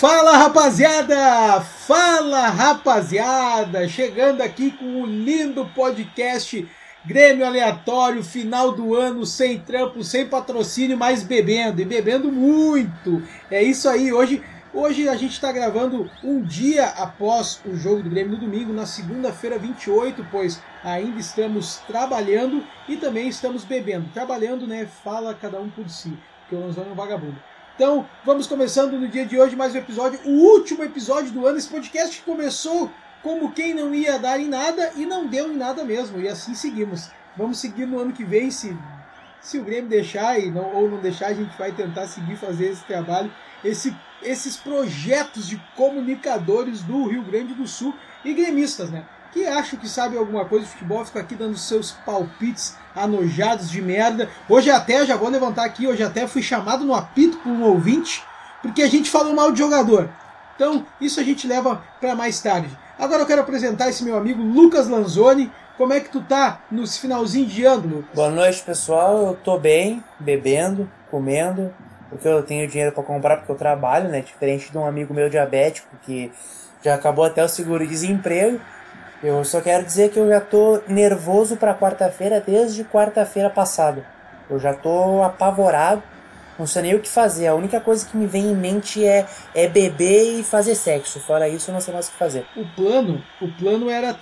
Fala rapaziada! Fala rapaziada! Chegando aqui com um lindo podcast Grêmio Aleatório, final do ano, sem trampo, sem patrocínio, mas bebendo, e bebendo muito. É isso aí, hoje a gente está gravando um dia após o jogo do Grêmio no domingo, na segunda-feira 28, pois ainda estamos trabalhando e também estamos bebendo. Trabalhando, né? Fala cada um por si, porque o Lanzoni é um vagabundo. Então, vamos começando no dia de hoje mais um episódio, o último episódio do ano. Esse podcast começou como quem não ia dar em nada e não deu em nada mesmo, e assim seguimos. Vamos seguir no ano que vem, se o Grêmio deixar ou não deixar, a gente vai tentar seguir fazer esse trabalho, esses projetos de comunicadores do Rio Grande do Sul e gremistas, né? Que acham que sabem alguma coisa de futebol, ficam aqui dando seus palpites anojados de merda. Hoje até, já vou levantar aqui, hoje até fui chamado no apito por um ouvinte, porque a gente falou mal de jogador. Então, isso a gente leva para mais tarde. Agora eu quero apresentar esse meu amigo Lucas Lanzoni. Como é que tu tá no finalzinho de ano, Lucas? Boa noite, pessoal. Eu tô bem, bebendo, comendo, porque eu tenho dinheiro para comprar, porque eu trabalho, né? Diferente de um amigo meu diabético que já acabou até o seguro-desemprego. Eu só quero dizer que eu já tô nervoso para quarta-feira desde quarta-feira passada. Eu já tô apavorado, não sei nem o que fazer. A única coisa que me vem em mente é beber e fazer sexo. Fora isso, eu não sei mais o que fazer. O plano era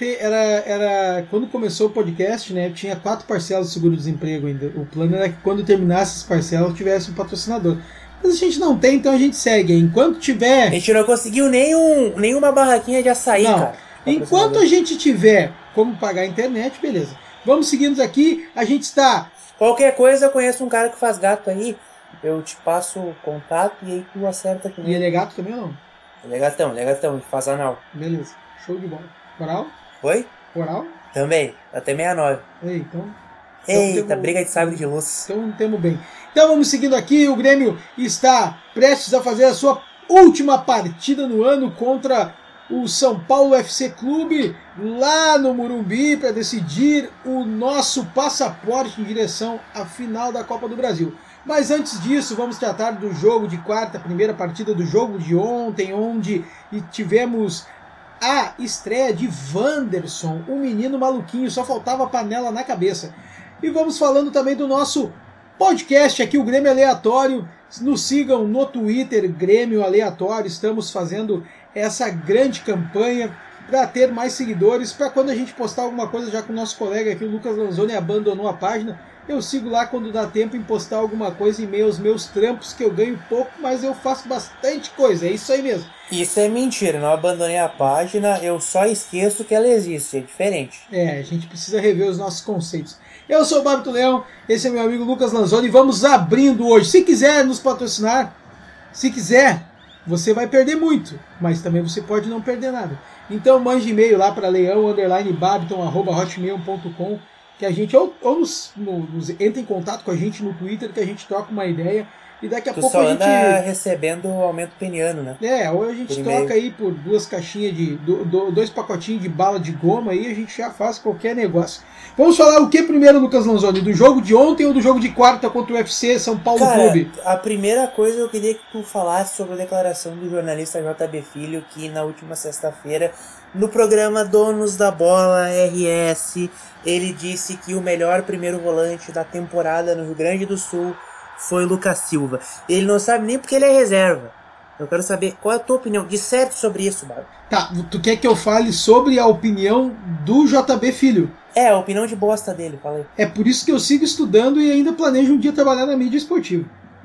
quando começou o podcast, né? Tinha 4 parcelas de seguro-desemprego ainda. O plano era que quando terminasse as parcelas tivesse um patrocinador. Mas a gente não tem, então a gente segue. Enquanto tiver... A gente não conseguiu nenhuma barraquinha de açaí, não. Cara. Enquanto a gente tiver como pagar a internet, beleza. Vamos seguindo aqui, a gente está... Qualquer coisa, eu conheço um cara que faz gato aí, eu te passo o contato e aí tu acerta com ele. E ele é gato também ou não? Ele é gatão, ele faz anal. Beleza, show de bola. Oral? Oi? Oral? Também, até 69. Eita, briga de sabre de luz. Então temos bem. Então vamos seguindo aqui, o Grêmio está prestes a fazer a sua última partida no ano contra o São Paulo FC Clube, lá no Morumbi, para decidir o nosso passaporte em direção à final da Copa do Brasil. Mas antes disso, vamos tratar do jogo de quarta, primeira partida do jogo de ontem, onde tivemos a estreia de Wanderson, um menino maluquinho, só faltava panela na cabeça. E vamos falando também do nosso podcast aqui, o Grêmio Aleatório. Nos sigam no Twitter, Grêmio Aleatório. Estamos fazendo essa grande campanha para ter mais seguidores, para quando a gente postar alguma coisa, já que o nosso colega aqui, o Lucas Lanzoni, abandonou a página, eu sigo lá quando dá tempo em postar alguma coisa em meio aos meus trampos, que eu ganho pouco, mas eu faço bastante coisa, é isso aí mesmo. Isso é mentira, não abandonei a página, eu só esqueço que ela existe, é diferente. A gente precisa rever os nossos conceitos. Eu sou o Bárbito Leão, esse é meu amigo Lucas Lanzoni, e vamos abrindo hoje. Se quiser nos patrocinar, você vai perder muito, mas também você pode não perder nada. Então mande e-mail lá para leão_babiton@hotmail.com, que a gente ou nos entra em contato com a gente no Twitter, que a gente troca uma ideia. E daqui a pouco só a gente anda recebendo aumento peniano, né? Ou a gente troca aí por 2 caixinhas de 2 pacotinhos de bala de goma, aí a gente já faz qualquer negócio. Vamos falar o que primeiro, Lucas Lanzoni? Do jogo de ontem ou do jogo de quarta contra o UFC São Paulo Clube? A primeira coisa eu queria que tu falasse sobre a declaração do jornalista JB Filho, que na última sexta-feira, no programa Donos da Bola RS, ele disse que o melhor primeiro volante da temporada no Rio Grande do Sul foi Lucas Silva. Ele não sabe nem porque ele é reserva. Eu quero saber qual é a tua opinião de certo sobre isso, Mário. Tá, tu quer que eu fale sobre a opinião do JB Filho? A opinião de bosta dele, fala aí. É por isso que eu sigo estudando e ainda planejo um dia trabalhar na mídia esportiva.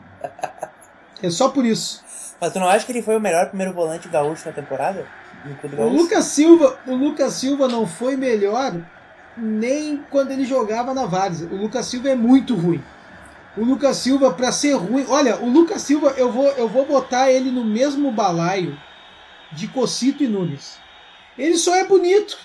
É só por isso. Mas tu não acha que ele foi o melhor primeiro volante gaúcho na temporada? O Lucas Silva não foi melhor nem quando ele jogava na Várzea. O Lucas Silva é muito ruim. O Lucas Silva, para ser ruim... Olha, o Lucas Silva, eu vou botar ele no mesmo balaio de Cocito e Nunes. Ele só é bonito.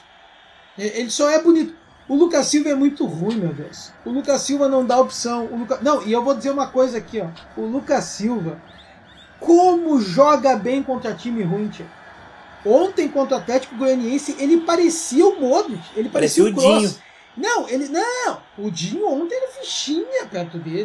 O Lucas Silva é muito ruim, meu Deus. O Lucas Silva não dá opção. Não, e eu vou dizer uma coisa aqui, ó. O Lucas Silva, como joga bem contra time ruim, tia. Ontem contra o Atlético Goianiense, ele parecia o Modric. Ele parecia o Dinho. Não, o Dinho ontem era fichinha perto dele.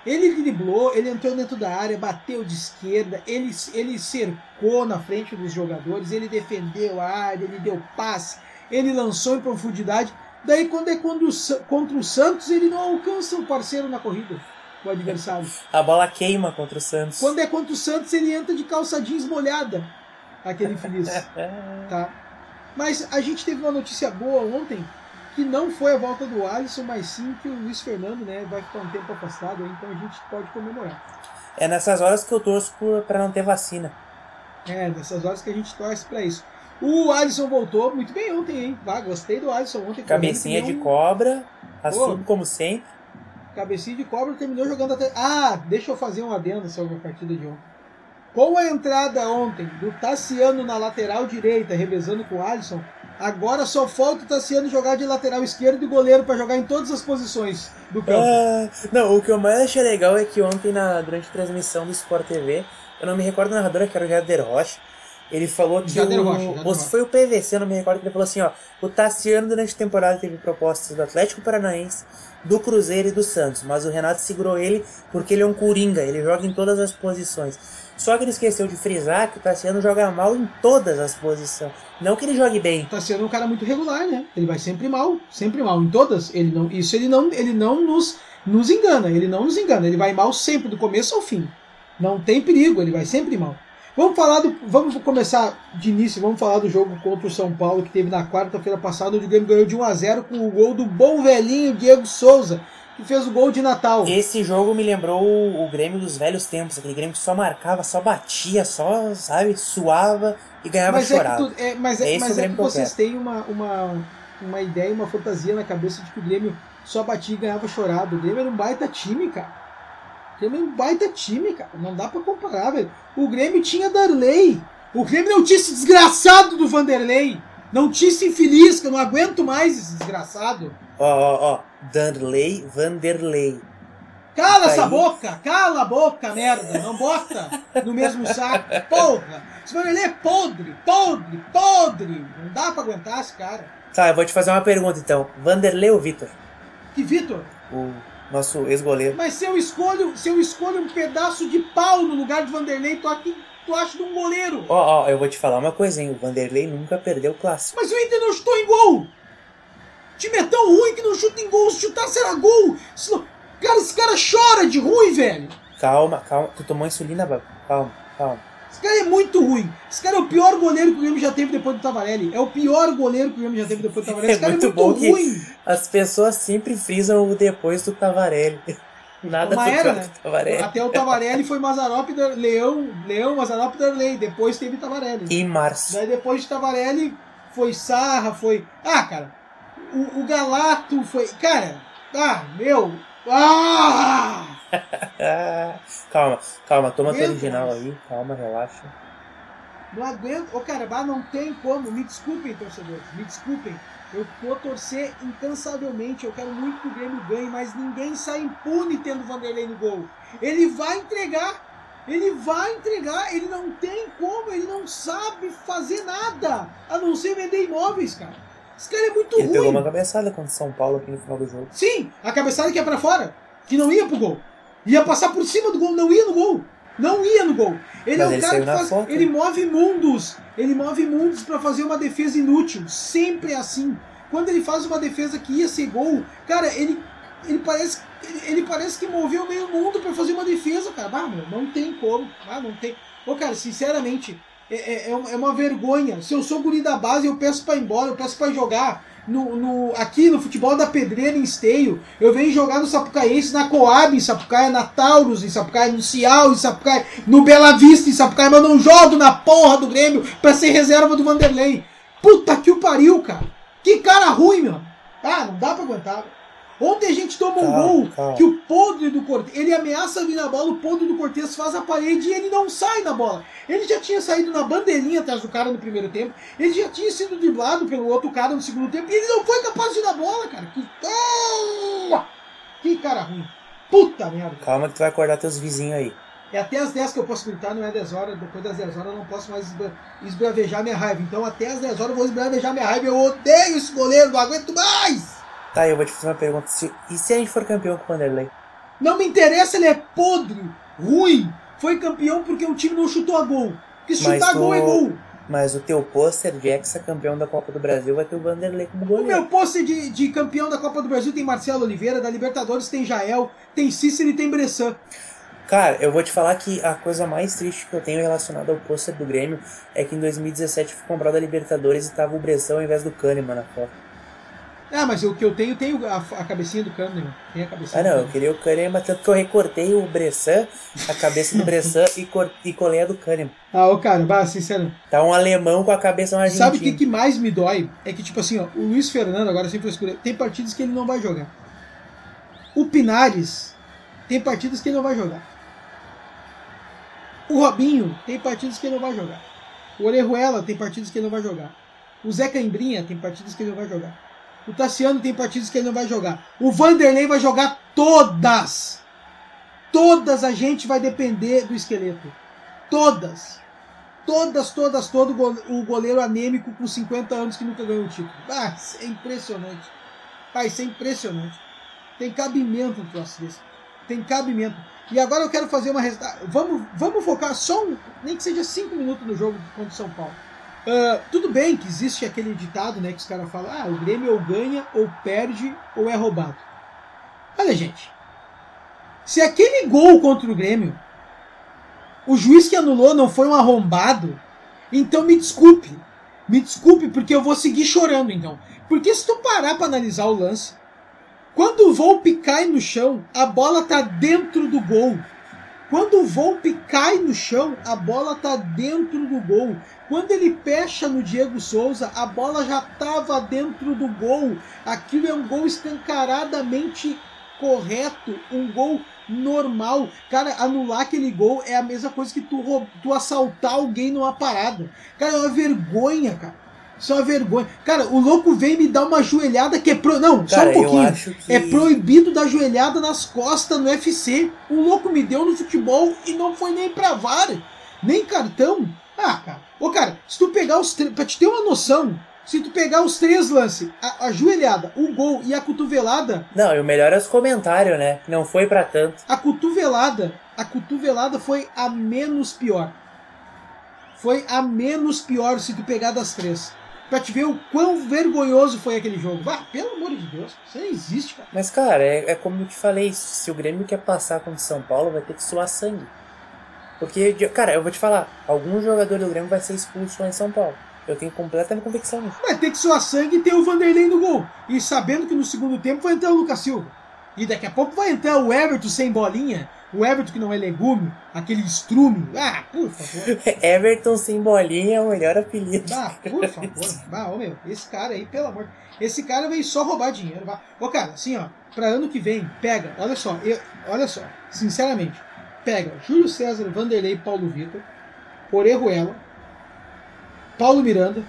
Ele driblou, ele entrou dentro da área, bateu de esquerda, ele cercou na frente dos jogadores, ele defendeu a área, ele deu passe, ele lançou em profundidade. Daí quando é contra o Santos, ele não alcança o parceiro na corrida, o adversário. A bola queima contra o Santos. Quando é contra o Santos, ele entra de calça jeans molhada, aquele infeliz. Tá? Mas a gente teve uma notícia boa ontem, que não foi a volta do Alisson, mas sim que o Luiz Fernando, né, vai ficar um tempo afastado, então a gente pode comemorar. É nessas horas que eu torço para não ter vacina. É, nessas horas que a gente torce para isso. O Alisson voltou muito bem ontem, hein? Gostei do Alisson ontem. Cabecinha de cobra, assumo como sempre. Cabecinha de cobra, terminou jogando até... deixa eu fazer um adendo sobre a partida de ontem. Com a entrada ontem do Tassiano na lateral direita, revezando com o Alisson, agora só falta o Tassiano jogar de lateral esquerdo e goleiro para jogar em todas as posições do campo. Não, o que eu mais achei legal é que ontem, durante a transmissão do Sport TV, eu não me recordo do narrador, que era o Jader Rocha, ele falou que ou se foi o PVC, eu não me recordo, que ele falou assim, ó, o Tassiano durante a temporada teve propostas do Atlético Paranaense, do Cruzeiro e do Santos, mas o Renato segurou ele porque ele é um coringa, ele joga em todas as posições. Só que ele esqueceu de frisar que o Tassiano joga mal em todas as posições. Não que ele jogue bem. O Tassiano é um cara muito regular, né? Ele vai sempre mal em todas. Ele não nos engana, ele não nos engana. Ele vai mal sempre, do começo ao fim. Não tem perigo, ele vai sempre mal. Vamos começar de início, vamos falar do jogo contra o São Paulo, que teve na quarta-feira passada, onde o Grêmio ganhou de 1-0 com o gol do bom velhinho Diego Souza, que fez o gol de Natal. Esse jogo me lembrou o Grêmio dos velhos tempos, aquele Grêmio que só marcava, só batia, só, sabe, suava e ganhava chorado. Mas é que vocês têm uma ideia, uma fantasia na cabeça de que o Grêmio só batia e ganhava chorado. O Grêmio era um baita time, cara. Não dá pra comparar, velho. O Grêmio tinha Darley. O Grêmio não tinha esse desgraçado do Vanderlei. Não tinha esse infeliz, que eu não aguento mais esse desgraçado. Darley, Vanderlei. Cala essa boca! Cala a boca, merda! Não bota no mesmo saco. Porra! Esse Vanderlei é podre! Não dá pra aguentar esse cara. Tá, eu vou te fazer uma pergunta então. Vanderlei ou Vitor? Que Vitor? O nosso ex-goleiro. Mas se eu escolho um pedaço de pau no lugar de Vanderlei, tu acha de um goleiro? Eu vou te falar uma coisinha. O Vanderlei nunca perdeu o clássico. Mas o Inter não chutou em gol! O time é tão ruim que não chuta em gol. Se chutar, será gol! Esse cara chora de ruim, velho! Calma. Tu tomou insulina, Babu? Calma. Esse cara é muito ruim. Esse cara é o pior goleiro que o Grêmio já teve depois do Tavarelli. É o pior goleiro que o Grêmio já teve depois do Tavarelli. Esse cara muito é muito ruim. Que as pessoas sempre frisam o depois do Tavarelli. Nada do Tavarelli. Até o Tavarelli foi Mazzaropi, Leão, Mazzaropi, Darley. Depois teve Tavarelli. Em março. Daí depois de Tavarelli foi Sarra, foi... cara, o Galato foi... Cara, Calma, toma teu original aí, calma, relaxa. Não aguento, não tem como, me desculpem, torcedores, me desculpem, eu vou torcer incansavelmente, eu quero muito que o Grêmio ganhe, mas ninguém sai impune tendo o Vanderlei no gol. Ele vai entregar, ele não tem como, ele não sabe fazer nada, a não ser vender imóveis, cara. Esse cara é muito ruim. Ele pegou uma cabeçada contra o São Paulo aqui no final do jogo. Sim, a cabeçada que ia pra fora, que não ia pro gol. Ia passar por cima do gol, não ia no gol. Ele é o cara que faz... Ele move mundos pra fazer uma defesa inútil. Sempre é assim. Quando ele faz uma defesa que ia ser gol, cara, ele parece que moveu meio mundo pra fazer uma defesa, cara. Não tem como. Não tem. Cara, sinceramente, é uma vergonha. Se eu sou guri da base, eu peço pra ir embora, eu peço pra jogar aqui no futebol da Pedreira em Esteio. Eu venho jogar no Sapucaense, na Coab em Sapucaia, na Taurus em Sapucaia, no Cial em Sapucaia, no Bela Vista em Sapucaia, mas eu não jogo na porra do Grêmio pra ser reserva do Vanderlei. Puta que o pariu, cara. Que cara ruim, meu. Não dá pra aguentar. Ontem a gente toma um gol que o podre do Cortez, ele ameaça vir na bola, o podre do Cortez faz a parede e ele não sai na bola. Ele já tinha saído na bandeirinha atrás do cara no primeiro tempo, ele já tinha sido driblado pelo outro cara no segundo tempo e ele não foi capaz de ir na bola, cara. Que cara ruim. Puta merda. Calma que tu vai acordar teus vizinhos aí. É até as 10 que eu posso gritar, não é 10 horas. Depois das 10 horas eu não posso mais esbravejar minha raiva. Então até as 10 horas eu vou esbravejar minha raiva. Eu odeio esse goleiro, não aguento mais. Tá, eu vou te fazer uma pergunta. E se a gente for campeão com o Vanderlei? Não me interessa, ele é podre, ruim. Foi campeão porque o time não chutou a gol. Porque chutar gol é gol. Mas o teu pôster de ex-campeão da Copa do Brasil vai ter o Vanderlei como goleiro. O meu pôster de campeão da Copa do Brasil tem Marcelo Oliveira, da Libertadores tem Jael, tem Cícero e tem Bressan. Cara, eu vou te falar que a coisa mais triste que eu tenho relacionada ao pôster do Grêmio é que em 2017 fui comprar da Libertadores e tava o Bressan ao invés do Kahneman na foto. Ah, mas o que eu tenho a cabecinha do Kahneman. Tem a cabecinha eu queria o Kahneman, tanto que eu recortei o Bressan, a cabeça do Bressan e colei a do Kahneman. Cara, sinceramente. Tá um alemão com a cabeça na Argentina. Sabe o que mais me dói? É que, tipo assim, ó, o Luiz Fernando, agora sem frescura, tem partidas que ele não vai jogar. O Pinares tem partidas que ele não vai jogar. O Robinho tem partidas que ele não vai jogar. O Orejuela tem partidas que ele não vai jogar. O Zé Caimbrinha tem partidas que ele não vai jogar. O Tassiano tem partidas que ele não vai jogar. O Vanderlei vai jogar todas. Todas a gente vai depender do esqueleto. Todas. Todo o goleiro anêmico com 50 anos que nunca ganhou o título. Isso é impressionante. Isso é impressionante. Tem cabimento um troço desse. Tem cabimento. E agora eu quero fazer uma... Vamos focar só nem que seja 5 minutos no jogo contra o São Paulo. Tudo bem que existe aquele ditado, né, que os caras falam, o Grêmio ou ganha, ou perde, ou é roubado. Olha, gente, se aquele gol contra o Grêmio, o juiz que anulou não foi um arrombado, então me desculpe, porque eu vou seguir chorando, então. Porque se tu parar para analisar o lance, quando o Volpi cai no chão, a bola tá dentro do gol. Quando o Volpi cai no chão, a bola tá dentro do gol. Quando ele pecha no Diego Souza, a bola já estava dentro do gol. Aquilo é um gol escancaradamente correto, um gol normal. Cara, anular aquele gol é a mesma coisa que tu assaltar alguém numa parada. Cara, é uma vergonha, cara. Isso é uma vergonha. Cara, o louco vem me dar uma joelhada que é... Não, cara, só um pouquinho. Eu acho que... É proibido dar joelhada nas costas no UFC. O louco me deu no futebol e não foi nem pra VAR. Nem cartão. Cara. Cara, se tu pegar os três... Pra te ter uma noção, se tu pegar os 3 lances, a joelhada, o gol e a cotovelada... Não, e o melhor é os comentários, né? Não foi pra tanto. A cotovelada foi a menos pior. Foi a menos pior se tu pegar das 3. Pra te ver o quão vergonhoso foi aquele jogo. Pelo amor de Deus, isso não existe, cara. Mas, cara, é como eu te falei, se o Grêmio quer passar contra o São Paulo, vai ter que suar sangue. Porque, cara, eu vou te falar, algum jogador do Grêmio vai ser expulso lá em São Paulo. Eu tenho completa convicção nisso. Vai ter que suar sangue e ter o Vanderlei no gol. E sabendo que no segundo tempo vai entrar o Lucas Silva. E daqui a pouco vai entrar o Everton sem bolinha. O Everton que não é legume, aquele estrume. Por favor. Everton sem bolinha é o melhor apelido. Por favor. Meu, esse cara aí, pelo amor. Esse cara veio só roubar dinheiro. Cara, assim, ó, pra ano que vem, pega, olha só, sinceramente, pega Júlio César, Vanderlei, Paulo Vitor, Orejuela, Paulo Miranda,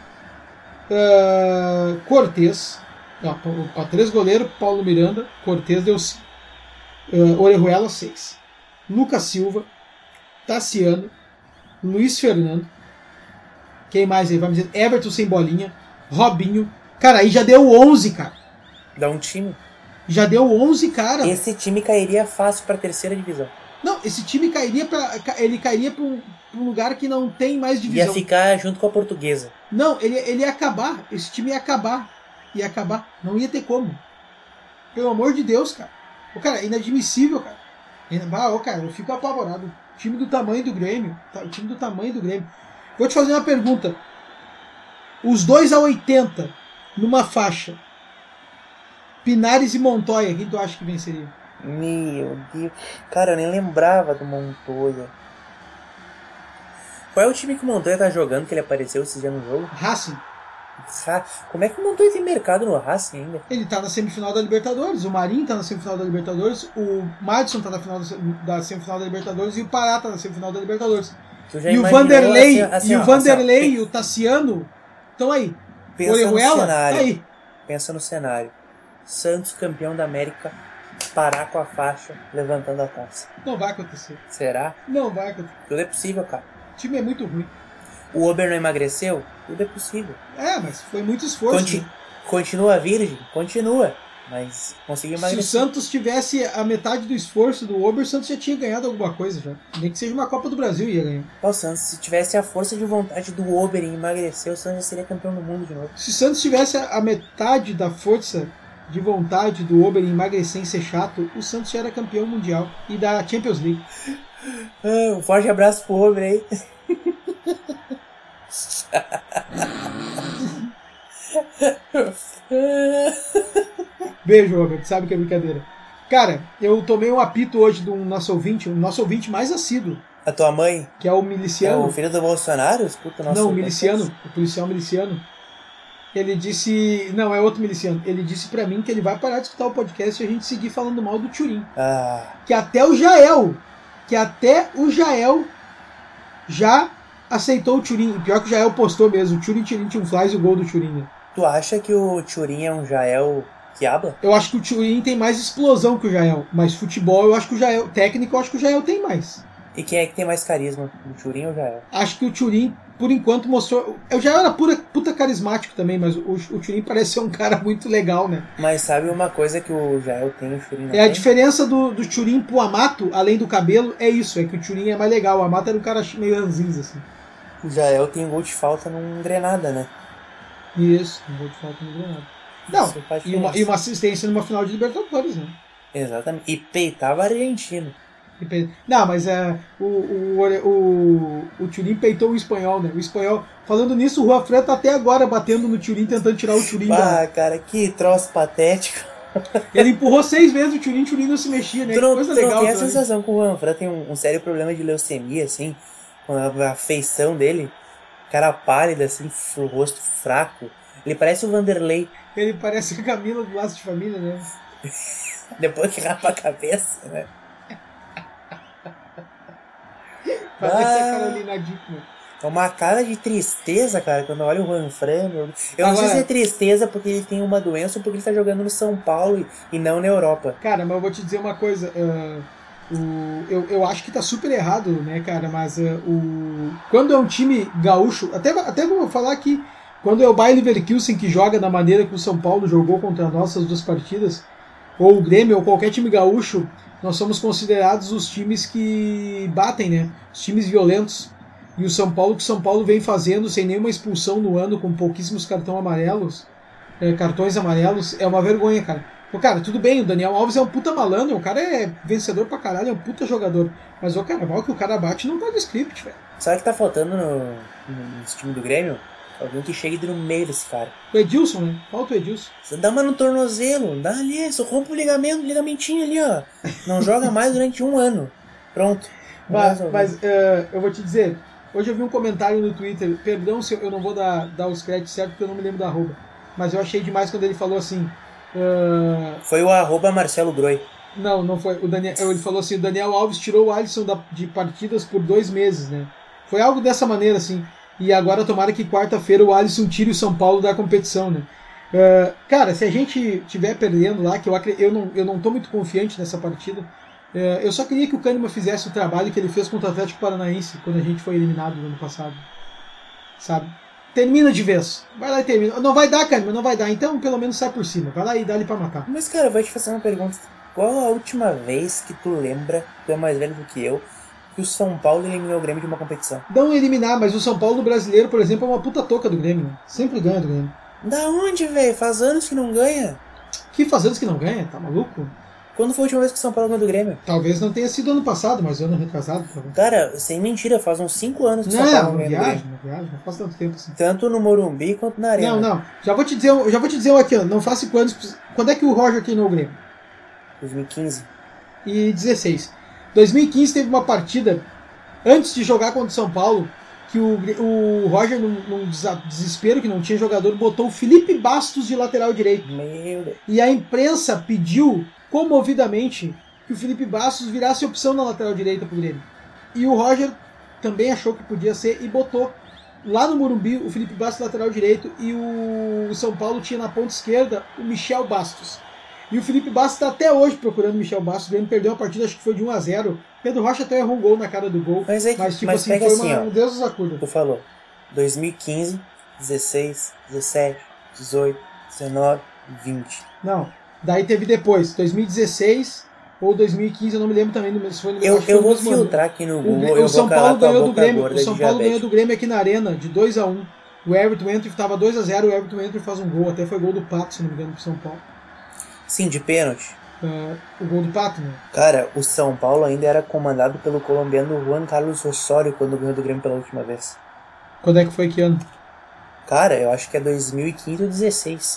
Cortez, para 3 goleiros, Paulo Miranda, Cortez deu 5, Orejuela 6, Lucas Silva, Tassiano, Luiz Fernando, quem mais aí? Vamos dizer, Everton sem bolinha, Robinho, cara, aí já deu 11, cara. Dá um time. Já deu 11, cara. Esse time cairia fácil pra 3ª divisão. Não, esse time cairia pra um lugar que não tem mais divisão. Ia ficar junto com a Portuguesa. Não, ele ia acabar. Esse time ia acabar. Não ia ter como. Pelo amor de Deus, cara. Cara, é inadmissível, cara. Cara, eu fico apavorado. Time do tamanho do Grêmio. Vou te fazer uma pergunta. Os 2 a 80 numa faixa. Pinares e Montoya, quem tu acha que venceria? Meu Deus. Cara, eu nem lembrava do Montoya. Qual é o time que o Montoya tá jogando, que ele apareceu esses dias no jogo? Racing. Como é que o Montoya tem mercado no Racing ainda? Ele tá na semifinal da Libertadores, o Marinho tá na semifinal da Libertadores, o Madison tá na final da semifinal da Libertadores e o Pará tá na semifinal da Libertadores. E o Vanderlei, e o Tassiano estão aí. Orejuela tá aí. Pensa no cenário. Santos campeão da América, Pará com a faixa, levantando a taça. Não vai acontecer. Será? Não vai acontecer. Tudo é possível, cara. O time é muito ruim. O Ober não emagreceu? Tudo é possível. Mas foi muito esforço. Continua virgem? Continua. mas consegui Se o emagrecer. Santos tivesse a metade do esforço do Ober, o Santos já tinha ganhado alguma coisa já. Nem que seja uma Copa do Brasil ia ganhar. O Santos, se tivesse a força de vontade do Ober em emagrecer, o Santos já seria campeão do mundo de novo. Se o Santos tivesse a metade da força de vontade do Ober em emagrecer e ser chato, o Santos já era campeão mundial e da Champions League. Um forte abraço pro Ober aí. Beijo, Robert, sabe que é brincadeira. Cara, eu tomei um apito hoje de um nosso ouvinte mais assíduo, A tua mãe que é o é miliciano. o filho do Bolsonaro? Escuta o nosso Não, o miliciano, o policial miliciano. Ele disse... Não, é outro miliciano. Ele disse pra mim que ele vai parar de escutar o podcast e a gente seguir falando mal do Thurim. Ah, Que até o Jael já aceitou o Thurim. E pior que o Jael postou mesmo. O Thurim faz o gol do Thurim, né? tu acha que o Thurim é um Jael que habla? Eu acho que o Thurim tem mais explosão que o Jael. Mas futebol, eu acho que o Jael... Técnico, eu acho que o Jael tem mais. E quem é que tem mais carisma? O Thurim ou o Jael? Acho que o Thurim, por enquanto, mostrou... Eu já era puta carismático também, mas o Thurim parece ser um cara muito legal, né? Mas sabe uma coisa que o Jael tem e o Thurim não É a tem? diferença do Thurim pro Amato, além do cabelo, é isso. É que o Thurim é mais legal. O Amato era um cara meio ranzinza, assim. O Jael tem gol de falta num Grenada, né? Isso, não vou te falar que não viu nada. Não, Isso faz e uma diferença. assistência numa final de Libertadores, né? Exatamente. E peitava argentino. Não, mas o Thurim peitou o espanhol, né? O espanhol. Falando nisso, o Juanfran tá até agora batendo no Thurim, tentando tirar o Thurim da. Ah, cara, que troço patético. Ele empurrou 6 vezes o Thurim não se mexia, né? Tu Que não, coisa tu não legal. tem a também. sensação que o Juanfran tem um sério problema de leucemia, assim, com a feição dele, cara pálido, assim, o rosto fraco. Ele parece o Vanderlei, Ele parece a Camila do Laço de Família, né? depois que rapa a cabeça, né? Parece a Carolina Dickman. É uma cara de tristeza, cara, quando olha o Juanfran. Eu não sei Agora- se é tristeza porque ele tem uma doença ou porque ele tá jogando no São Paulo e não na Europa. Cara, mas eu vou te dizer uma coisa. Eu acho que tá super errado, né, cara? Mas quando é um time gaúcho, até vou falar aqui, quando é o Bayer Leverkusen que joga da maneira que o São Paulo jogou contra nossas duas partidas, ou o Grêmio, ou qualquer time gaúcho, nós somos considerados os times que batem, né? Os times violentos. E o São Paulo, que o São Paulo vem fazendo sem nenhuma expulsão no ano, com pouquíssimos cartões amarelos, é uma vergonha, cara. Pô, cara, tudo bem, o Daniel Alves é um puta malandro, o cara é vencedor pra caralho, é um puta jogador. Mas o carnaval que o cara bate não tá no script, velho. Sabe o que tá faltando nesse time do Grêmio? Alguém que chegue no meio desse cara. O Edilson, né? Falta o Edilson. Você dá uma no tornozelo, dá ali, só rompe o ligamentinho ali, ó. Não joga mais durante um ano. Pronto. Mas eu vou te dizer, hoje eu vi um comentário no Twitter, perdão se eu não vou dar os créditos certos porque eu não me lembro da arroba, mas eu achei demais quando ele falou assim... Foi o @Marcelo Groi. Não foi. Ele falou assim, o Daniel Alves tirou o Alisson de partidas por 2 meses, né? Foi algo dessa maneira, assim. E agora tomara que quarta-feira o Alisson tire o São Paulo da competição, né? Cara, se a gente estiver perdendo lá, que eu não tô muito confiante nessa partida, eu só queria que o Kahneman fizesse o trabalho que ele fez contra o Atlético Paranaense quando a gente foi eliminado no ano passado. Sabe? Termina de vez. Vai lá e termina. Não vai dar, Kahneman, não vai dar. Então, pelo menos sai por cima. Vai lá e dá ele pra matar. Mas, cara, eu vou te fazer uma pergunta. Qual a última vez que tu lembra, tu é mais velho do que eu, que o São Paulo eliminou o Grêmio de uma competição? Não eliminar, mas o São Paulo brasileiro, por exemplo, é uma puta toca do Grêmio. Né? Sempre ganha do Grêmio. Da onde, velho? Faz anos que não ganha. Que faz anos que não ganha? Tá maluco? Quando foi a última vez que o São Paulo ganhou do Grêmio? Talvez não tenha sido ano passado, mas ano retrasado. Talvez. Cara, sem mentira, faz uns 5 anos que o São Paulo Não, ganhou do Grêmio. não viagem, não faz tanto tempo assim. Tanto no Morumbi quanto na Arena. Não. Já vou te dizer um aqui, ó. Não faz 5 anos. Quando é que o Roger treinou o Grêmio? 2015. E 16. 2015 teve uma partida, antes de jogar contra o São Paulo, que o Roger, num desespero que não tinha jogador, botou o Felipe Bastos de lateral direito. Meu Deus. E a imprensa pediu, comovidamente, que o Felipe Bastos virasse opção na lateral direita pro Grêmio. E o Roger também achou que podia ser e botou lá no Morumbi o Felipe Bastos lateral direito e o São Paulo tinha na ponta esquerda o Michel Bastos. E o Felipe Bastos está até hoje procurando o Michel Bastos. O Grêmio perdeu a partida, acho que foi de 1-0. Pedro Rocha até errou um gol na cara do gol. Mas tipo assim, pega foi assim, ó. um Deus nos acuda. Tu falou 2015, 16, 17, 18, 19, 20. Não, Daí teve depois, 2016 ou 2015, eu não me lembro também, se foi no Eu vou filtrar aqui no Google, o São Paulo ganhou do Grêmio, o São Paulo diabetes. ganhou do Grêmio aqui na Arena, de 2-1. O Everton Entry estava 2-0, o Everton Entry faz um gol, até foi gol do Pato, se não me engano, pro São Paulo. Sim, de pênalti. O gol do Pato, né? Cara, o São Paulo ainda era comandado pelo colombiano Juan Carlos Osorio quando ganhou do Grêmio pela última vez. Quando é que foi, que ano? Cara, eu acho que é 2015 ou 2016.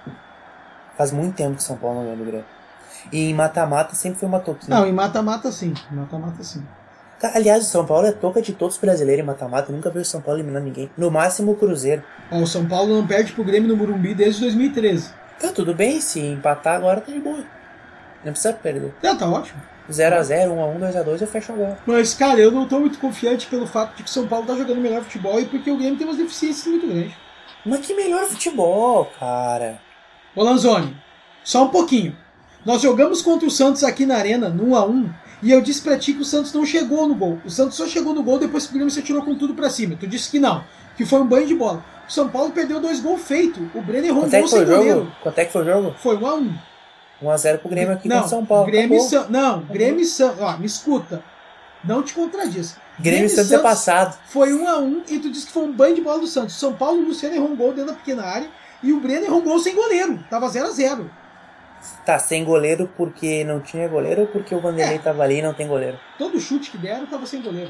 Faz muito tempo que o São Paulo não ganhou do Grêmio. E em mata-mata sempre foi uma toquinha. Não, em mata-mata sim. Mata-mata sim. Aliás, o São Paulo é toca de todos os brasileiros em mata-mata. Nunca vi o São Paulo eliminar ninguém. No máximo o Cruzeiro. O São Paulo não perde pro Grêmio no Morumbi desde 2013. Tá tudo bem, se empatar agora tá de boa. Não precisa perder. Tá ótimo. 0x0, 1x1, 2x2 eu fecho agora. Mas, cara, eu não tô muito confiante pelo fato de que o São Paulo tá jogando melhor futebol e porque o Grêmio tem umas deficiências muito grandes. Mas que melhor futebol, cara. Ô Lanzoni, só um pouquinho. Nós jogamos contra o Santos aqui na Arena, no 1x1, e eu disse pra ti que o Santos não chegou no gol. O Santos só chegou no gol depois que o Grêmio se atirou com tudo pra cima. Tu disse que não, que foi um banho de bola. O São Paulo perdeu 2 gols feitos. O Brenner errou um gol sem goleiro. Quanto é que foi o jogo? Foi 1x1. 1x0 pro Grêmio aqui não, com São Paulo. Grêmio e Santos. Ó, me escuta. Não te contradiz. Grêmio e Santos é passado. Foi 1x1 e tu disse que foi um banho de bola do Santos. São Paulo, o Luciano errou um gol dentro da pequena área e o Brenner errou um gol sem goleiro. Tava 0x0. Tá, sem goleiro porque não tinha goleiro ou porque o Vanderlei tava ali e não tem goleiro? Todo chute que deram tava sem goleiro.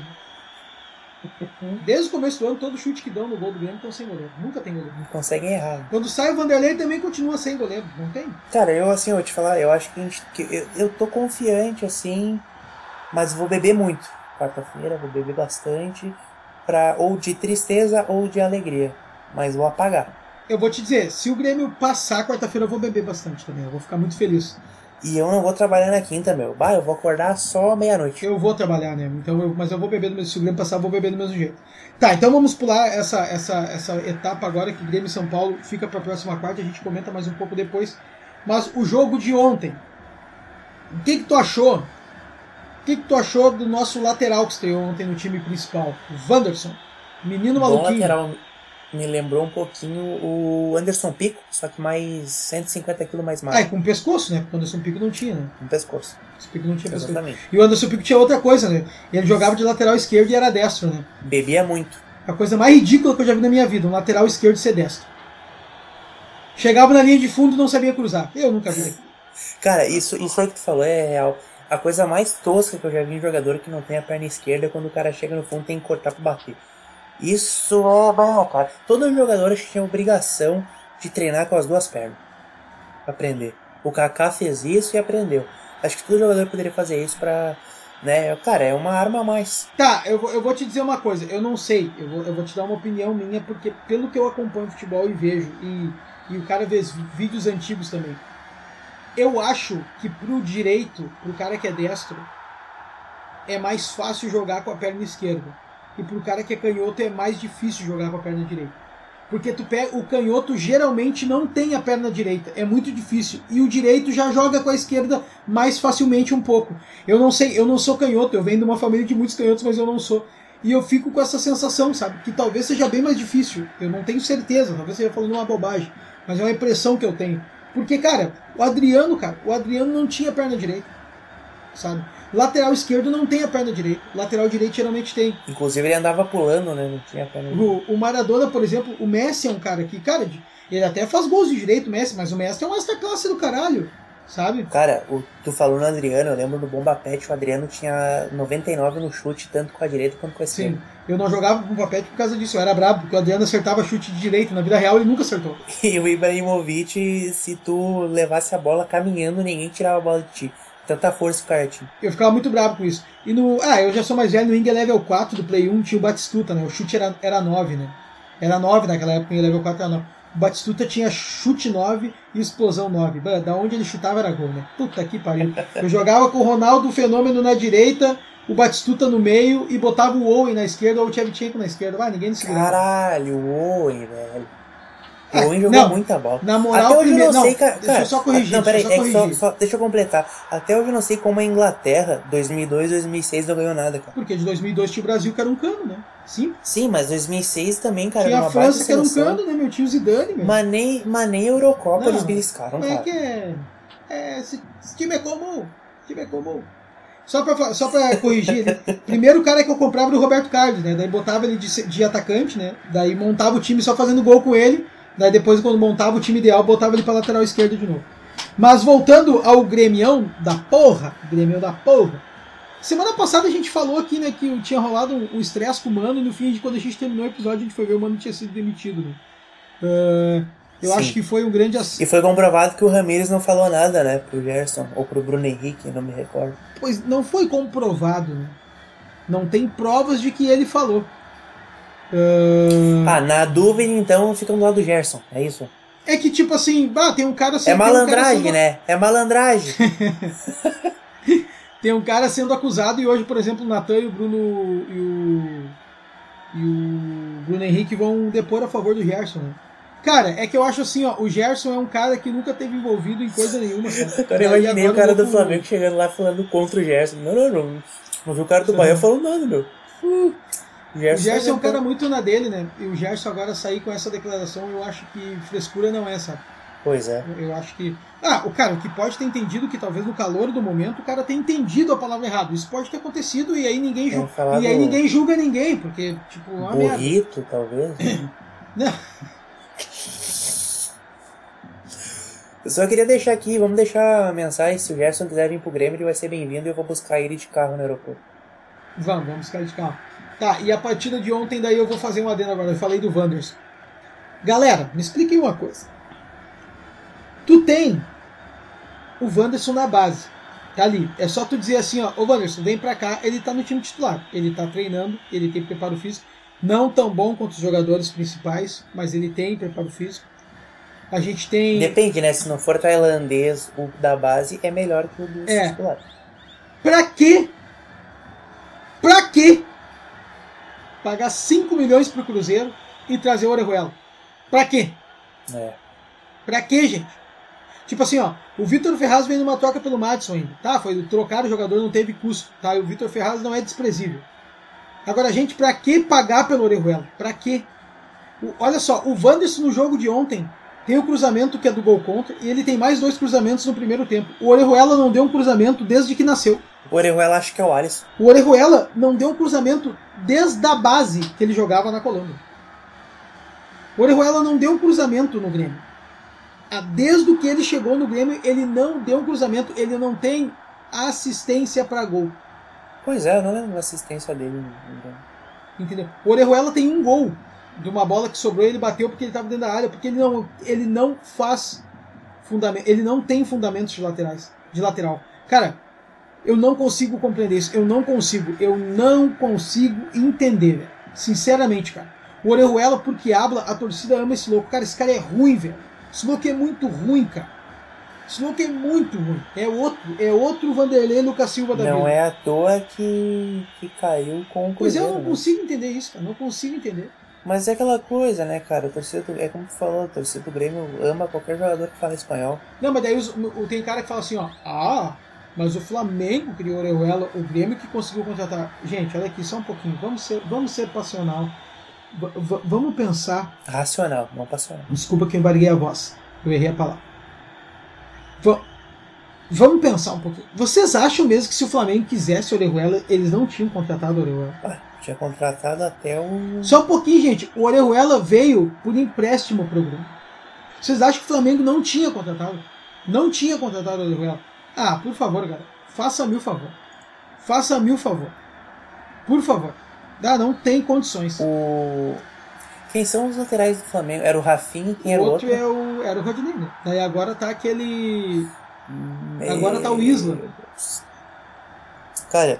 Desde o começo do ano, todo chute que dão no gol do Grêmio estão sem goleiro. Nunca tem goleiro. Não conseguem errar. Quando sai o Vanderlei também continua sem goleiro. Não tem? Cara, eu vou te falar, eu acho que eu tô confiante assim, mas vou beber muito. Quarta-feira vou beber bastante, ou de tristeza ou de alegria, mas vou apagar. Eu vou te dizer, se o Grêmio passar quarta-feira eu vou beber bastante também, eu vou ficar muito feliz. E eu não vou trabalhar na quinta, meu. Eu vou acordar só meia-noite. Eu vou trabalhar, né? Então mas eu vou beber do mesmo. Se o Grêmio passar, eu vou beber do mesmo jeito. Tá, então vamos pular essa etapa agora que Grêmio e São Paulo fica pra próxima quarta, a gente comenta mais um pouco depois. Mas o jogo de ontem, o que tu achou? O que tu achou do nosso lateral que estreou ontem no time principal? O Wanderson, menino maluquinho. Lateral me lembrou um pouquinho o Anderson Pico, só que mais 150 kg mais magro. Com pescoço, né? Porque o Anderson Pico não tinha, né? Com pescoço. O Pico não tinha pescoço. Exatamente. E o Anderson Pico tinha outra coisa, né? Ele jogava de lateral esquerdo e era destro, né? Bebia muito. A coisa mais ridícula que eu já vi na minha vida, um lateral esquerdo ser destro. Chegava na linha de fundo e não sabia cruzar. Eu nunca vi. Cara, isso aí que tu falou é real. A coisa mais tosca que eu já vi em jogador que não tem a perna esquerda é quando o cara chega no fundo e tem que cortar pra bater. Isso é bom, cara. Todo jogador acho que tinha obrigação de treinar com as duas pernas. Pra aprender. O Kaká fez isso e aprendeu. Acho que todo jogador poderia fazer isso pra... né? Cara, é uma arma a mais. Tá, eu vou te dizer uma coisa. Eu não sei. Eu vou te dar uma opinião minha, porque pelo que eu acompanho futebol e vejo, e o cara vê vídeos antigos também, eu acho que pro direito, pro cara que é destro, é mais fácil jogar com a perna esquerda. E pro cara que é canhoto é mais difícil jogar com a perna direita. Porque o canhoto geralmente não tem a perna direita. É muito difícil. E o direito já joga com a esquerda mais facilmente um pouco. Eu não sei, eu não sou canhoto. Eu venho de uma família de muitos canhotos, mas eu não sou. E eu fico com essa sensação, sabe? Que talvez seja bem mais difícil. Eu não tenho certeza. Talvez eu esteja falando uma bobagem. Mas é uma impressão que eu tenho. Porque, cara, o Adriano não tinha perna direita. Sabe? Lateral esquerdo não tem a perna direita. Lateral direito geralmente tem. Inclusive ele andava pulando, né? Não tinha perna direita. O Maradona, por exemplo, o Messi é um cara que, cara, ele até faz gols de direito, o Messi, mas o Messi é uma extra classe do caralho, sabe? Cara, tu falou no Adriano, eu lembro do Bomba Pet, o Adriano tinha 99 no chute, tanto com a direita quanto com a esquerda. Sim, eu não jogava com o Bomba Pet por causa disso, eu era brabo, porque o Adriano acertava chute de direito, na vida real ele nunca acertou. E o Ibrahimovic, se tu levasse a bola caminhando, ninguém tirava a bola de ti. Tanta força que o cara tinha. Eu ficava muito bravo com isso. E eu já sou mais velho, no Inga Level 4 do Play 1 tinha o Batistuta, né? O chute era 9, né? Era 9 naquela época, o Inga Level 4 era 9. O Batistuta tinha chute 9 e explosão 9. Da onde ele chutava era gol, né? Puta que pariu. Eu jogava com o Ronaldo Fenômeno na direita, o Batistuta no meio e botava o Owen na esquerda ou o Tchevchenko na esquerda. Ninguém se segurava. Caralho, o Owen, velho. O Owen jogou muita bola. Na moral, até hoje eu não sei, cara. Deixa eu só corrigir. Não, peraí, deixa eu completar. Até hoje eu não sei como a Inglaterra, 2002, 2006, não ganhou nada, cara. Porque de 2002 tinha o Brasil, que era um cano, né? Sim, mas 2006 também, cara. Tinha a França, que era um cano, né? Meu tio Zidane, meu. Mas nem a Eurocopa eles beliscaram, cara. É que é... Esse time é comum. Só pra corrigir, primeiro o cara que eu comprava era o Roberto Carlos, né? Daí botava ele de atacante, né? Daí montava o time só fazendo gol com ele. Daí depois, quando montava o time ideal, botava ele pra lateral esquerda de novo. Mas voltando ao Grêmio da porra. Semana passada a gente falou aqui, né, que tinha rolado um estresse com o Mano, e no fim, quando a gente terminou o episódio, a gente foi ver o Mano tinha sido demitido, né? Eu acho que foi um grande E foi comprovado que o Ramires não falou nada, né, pro Gerson, ou pro Bruno Henrique, não me recordo. Pois não foi comprovado, né? Não tem provas de que ele falou. Na dúvida, então, ficam do lado do Gerson, é isso? É que, tipo assim, tem um cara... É malandragem, né? É malandragem. Tem um cara sendo acusado, e hoje, por exemplo, o Natan e o Bruno e o Bruno Henrique vão depor a favor do Gerson, né? Cara, é que eu acho assim, ó, o Gerson é um cara que nunca teve envolvido em coisa nenhuma, cara. Agora eu imaginei o cara do Flamengo chegando lá falando contra o Gerson. Não vi o cara do Bahia falando nada, meu. O Gerson é um cara muito na dele, né? E o Gerson agora sair com essa declaração, eu acho que frescura não é, sabe? Pois é. Eu acho que... o que pode ter entendido que talvez no calor do momento o cara tenha entendido a palavra errada. Isso pode ter acontecido e aí ninguém julga ninguém, porque, tipo, uma burrito, talvez. Não. Eu só queria deixar aqui, vamos deixar a mensagem, se o Gerson quiser vir pro Grêmio, ele vai ser bem-vindo e eu vou buscar ele de carro no aeroporto. Vamos buscar ele de carro. Tá, e a partida de ontem, daí eu vou fazer um adendo agora, eu falei do Wanderson. Galera, me expliquem uma coisa. Tu tem o Wanderson na base, tá ali. É só tu dizer assim, ó, ô Wanderson, vem pra cá, ele tá no time titular. Ele tá treinando, ele tem preparo físico. Não tão bom quanto os jogadores principais, mas ele tem preparo físico. A gente tem... Depende, né? Se não for tailandês, o da base é melhor que o do titular. Pra quê? Pagar 5 milhões pro Cruzeiro e trazer o Orejuela? Pra quê? Pra quê, gente? Tipo assim, ó, o Vitor Ferraz veio numa troca pelo Madison ainda, tá? Foi trocar o jogador, não teve custo, tá? E o Vitor Ferraz não é desprezível. Agora, gente, pra que pagar pelo Orejuela? Pra quê? Olha só, o Wanderson no jogo de ontem tem o cruzamento que é do gol contra e ele tem mais 2 cruzamentos no primeiro tempo. O Orejuela não deu um cruzamento desde que nasceu. O Orejuela acho que é o Alisson. O Orejuela não deu um cruzamento desde a base que ele jogava na Colômbia. O Orejuela não deu um cruzamento no Grêmio. Desde que ele chegou no Grêmio, ele não deu um cruzamento, ele não tem assistência para gol. Pois é, eu não lembro da assistência dele. Entendeu? O Orejuela tem um gol de uma bola que sobrou e ele bateu porque ele estava dentro da área, porque ele não faz fundamento, ele não tem fundamentos de lateral. Cara, eu não consigo compreender isso, eu não consigo entender, velho. Sinceramente, cara. O Orejuela, porque habla, a torcida ama esse louco. Cara, esse cara é ruim, velho. Esse louco é muito ruim, cara. Esse louco é muito ruim. É outro Vanderlei Lucas Silva da vida. Não é à toa que caiu com o Cruzeiro. Pois é, eu não consigo entender isso, cara. Não consigo entender. Mas é aquela coisa, né, cara? É como tu falou, a torcida do Grêmio ama qualquer jogador que fala espanhol. Não, mas daí tem cara que fala assim, ó. Mas o Flamengo criou o Orejuela, o Grêmio que conseguiu contratar. Gente, olha aqui, só um pouquinho. Vamos ser passional. Vamos pensar. Racional, não passional. Desculpa que eu embarguei a voz. Eu errei a palavra. Vamos pensar um pouquinho. Vocês acham mesmo que se o Flamengo quisesse o Orejuela, eles não tinham contratado o Orejuela? Tinha contratado até o... Só um pouquinho, gente. O Orejuela veio por empréstimo pro Grêmio. Vocês acham que o Flamengo não tinha contratado? Não tinha contratado o Orejuela? Por favor, galera. Faça-me o favor. Por favor. Não tem condições. Quem são os laterais do Flamengo? Era o Rafinha, quem era o outro? Era o Rodinei, né? Daí agora tá aquele... Agora tá o Isla. Cara,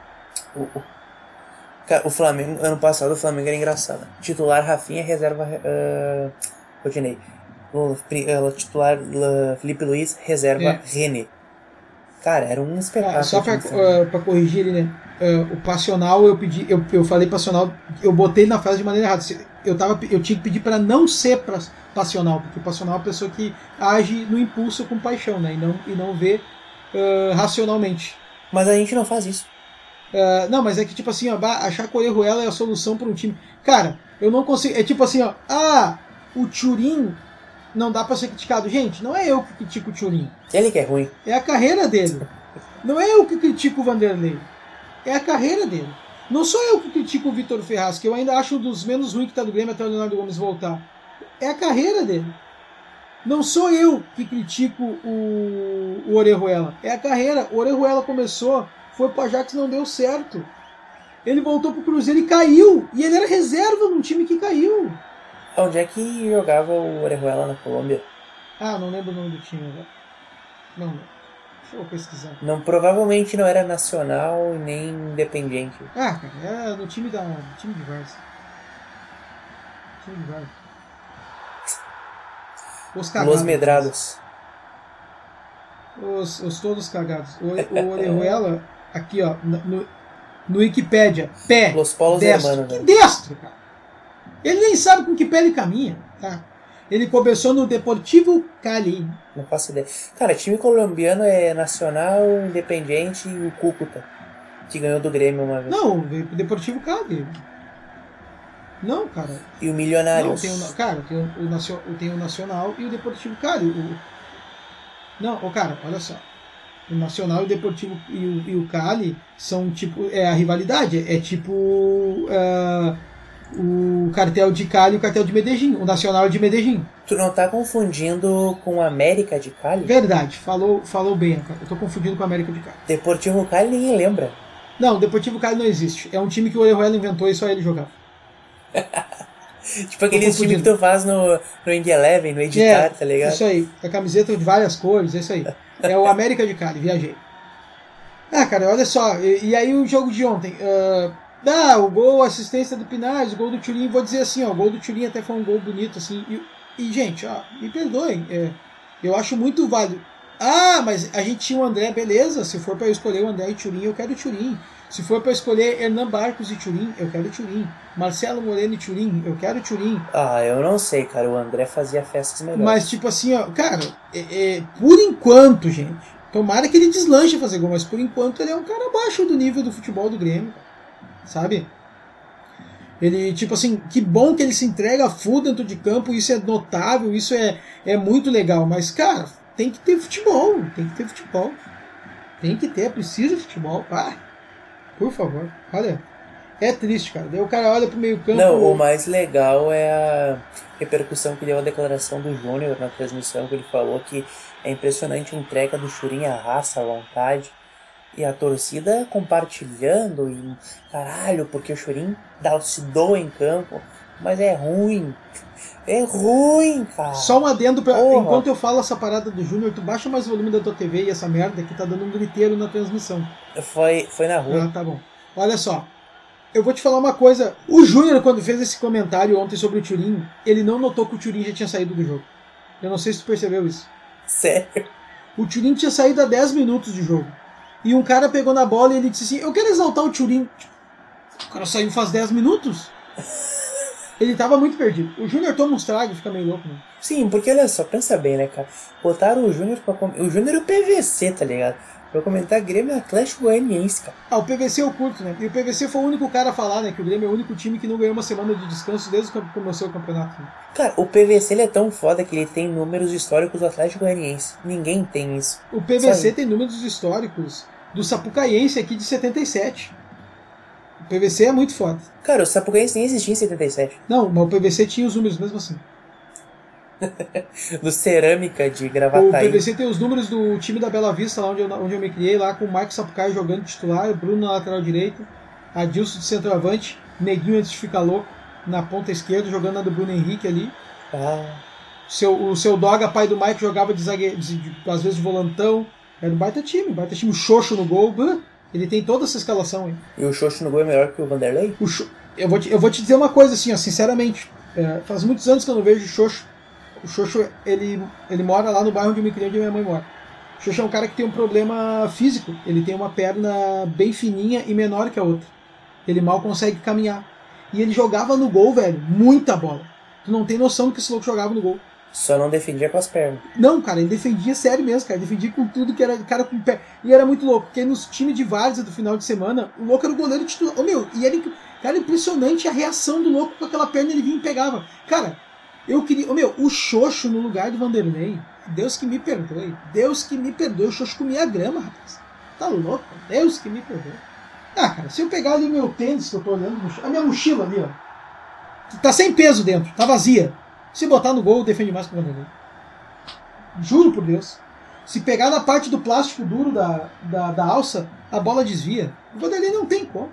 o Flamengo, ano passado o Flamengo era engraçado. Titular Rafinha, reserva Rodinei. Titular Felipe Luiz, reserva René. Cara, era um espetáculo. Só pra corrigir ele, né? O passional, eu falei passional, eu botei na frase de maneira errada. Eu tinha que pedir para não ser passional, porque o passional é uma pessoa que age no impulso com paixão, né? E não vê racionalmente. Mas a gente não faz isso. Não, mas é que tipo assim, ó, achar que o Orejuela é a solução para um time. Cara, eu não consigo. É tipo assim, ó, o Thuram não dá pra ser criticado. Gente, não é eu que critico o Thuram. Ele que é ruim. É a carreira dele. Não é eu que critico o Vanderlei. É a carreira dele. Não sou eu que critico o Vitor Ferraz, que eu ainda acho um dos menos ruins que tá do Grêmio até o Leonardo Gomes voltar. É a carreira dele. Não sou eu que critico o Orejuela. É a carreira. O Orejuela começou, foi pro Ajax e não deu certo. Ele voltou pro Cruzeiro e caiu. E ele era reserva num time que caiu. Onde é que jogava o Orejuela na Colômbia? Ah, não lembro o nome do time agora. Não. Deixa eu pesquisar. Não, provavelmente não era nacional nem independente. Ah, cara, era no time de Várzea. Time de Várzea. Os cagados. Los Medrados. Os todos cagados. O Orejuela, aqui ó, no Wikipédia, pé, Los Polos destro. Hermanos, Que né? destro, cara. Ele nem sabe com que pé ele caminha, tá? Ele começou no Deportivo Cali. Não faço ideia. Cara, time colombiano é Nacional, Independiente e o Cúcuta, que ganhou do Grêmio uma vez. Não, o Deportivo Cali. Não, cara. E o Milionários. Não, tem o Nacional e o Deportivo Cali. Cara, olha só. O Nacional e o Deportivo e o Cali são tipo. É a rivalidade. É tipo. O cartel de Cali e o cartel de Medellín. O Nacional é de Medellín. Tu não tá confundindo com o América de Cali? Verdade, falou bem, cara. Eu tô confundindo com o América de Cali. Deportivo Cali ninguém lembra. Não, o Deportivo Cali não existe. É um time que o Orejuela inventou e só ele jogava. Tipo aqueles times que tu faz no Indie Eleven, no editar, tá ligado? Isso aí. A camiseta de várias cores, é isso aí. É o América de Cali, viajei. Ah, cara, olha só. E aí o jogo de ontem. O gol, a assistência do Pinares, o gol do Thuram, vou dizer assim, ó, o gol do Thuram até foi um gol bonito, assim. E gente, ó, me perdoem. Eu acho muito válido. Ah, mas a gente tinha o André, beleza. Se for pra eu escolher o André e Thuram, eu quero o Thuram. Se for pra escolher Hernan Barcos e Thuram, eu quero o Thuram. Marcelo Moreno e Thuram, eu quero o Thuram. Ah, eu não sei, cara. O André fazia festas melhores. Mas, tipo assim, ó, cara, por enquanto, gente, tomara que ele deslanche a fazer gol, mas por enquanto ele é um cara abaixo do nível do futebol do Grêmio, sabe? Ele, tipo assim, que bom que ele se entrega a full dentro de campo, isso é notável, isso é muito legal, mas, cara, tem que ter futebol, precisa de futebol, por favor, olha, é triste, cara, daí o cara olha pro meio campo... Não, o mais legal é a repercussão que deu a declaração do Júnior na transmissão, que ele falou que é impressionante a entrega do Thuram, a raça, a vontade, e a torcida compartilhando, e caralho, porque o Thuram se doa em campo, mas é ruim, cara. Só um adendo, enquanto eu falo essa parada do Júnior, tu baixa mais o volume da tua TV e essa merda que tá dando um griteiro na transmissão. Foi na rua. Ah, tá bom. Olha só, eu vou te falar uma coisa, o Júnior, quando fez esse comentário ontem sobre o Thuram, ele não notou que o Thuram já tinha saído do jogo. Eu não sei se tu percebeu isso. Sério? O Thuram tinha saído há 10 minutos de jogo. E um cara pegou na bola e ele disse assim, eu quero exaltar o Thuram. O cara saiu faz 10 minutos. Ele tava muito perdido. O Júnior toma uns tragos e fica meio louco, né? Sim, porque olha só, pensa bem, né, cara? Botaram o Júnior o Júnior e o PVC, tá ligado? Pra comentar Grêmio Atlético Goianiense, cara. O PVC eu curto, né? E o PVC foi o único cara a falar, né? Que o Grêmio é o único time que não ganhou uma semana de descanso desde que começou o campeonato. Né? Cara, o PVC ele é tão foda que ele tem números históricos do Atlético Goianiense. Ninguém tem isso. O PVC tem números históricos do Sapucaiense aqui de 77. O PVC é muito foda. Cara, o Sapucaiense nem existia em 77. Não, mas o PVC tinha os números mesmo assim. Do Cerâmica de Gravataí. O PVC tem os números do time da Bela Vista, lá onde eu me criei, lá com o Marcos Sapucaia jogando titular, o Bruno na lateral direita, Adilson de centroavante, Neguinho antes de ficar louco, na ponta esquerda, jogando na do Bruno Henrique ali. O seu Doga, pai do Mike, jogava de zagueiro, às vezes de volantão. Era um baita time. O Xoxo no gol. Ele tem toda essa escalação aí. E o Xoxo no gol é melhor que o Vanderlei? Eu vou te dizer uma coisa assim, ó, sinceramente. Faz muitos anos que eu não vejo o Xoxo. O Xoxo, ele mora lá no bairro onde eu me criei, onde minha mãe mora. O Xoxo é um cara que tem um problema físico. Ele tem uma perna bem fininha e menor que a outra. Ele mal consegue caminhar. E ele jogava no gol, velho, muita bola. Tu não tem noção do que esse louco jogava no gol. Só não defendia com as pernas. Não, cara, ele defendia sério mesmo, cara. Ele defendia com tudo que era cara com pé. E era muito louco, porque nos times de várzea do final de semana, o louco era o goleiro titular. E era impressionante a reação do louco com aquela perna, ele vinha e pegava. Cara, Eu queria... o Xoxo no lugar do Vanderlei. Deus que me perdoe. Deus que me perdoe. O Xoxo comia grama, rapaz. Tá louco? Deus que me perdoe. Ah, cara, se eu pegar ali o meu tênis que eu tô olhando, a minha mochila ali, ó. Tá sem peso dentro, tá vazia. Se botar no gol, defende mais que o Vanderlei. Juro por Deus. Se pegar na parte do plástico duro da alça, a bola desvia. O Vanderlei não tem como.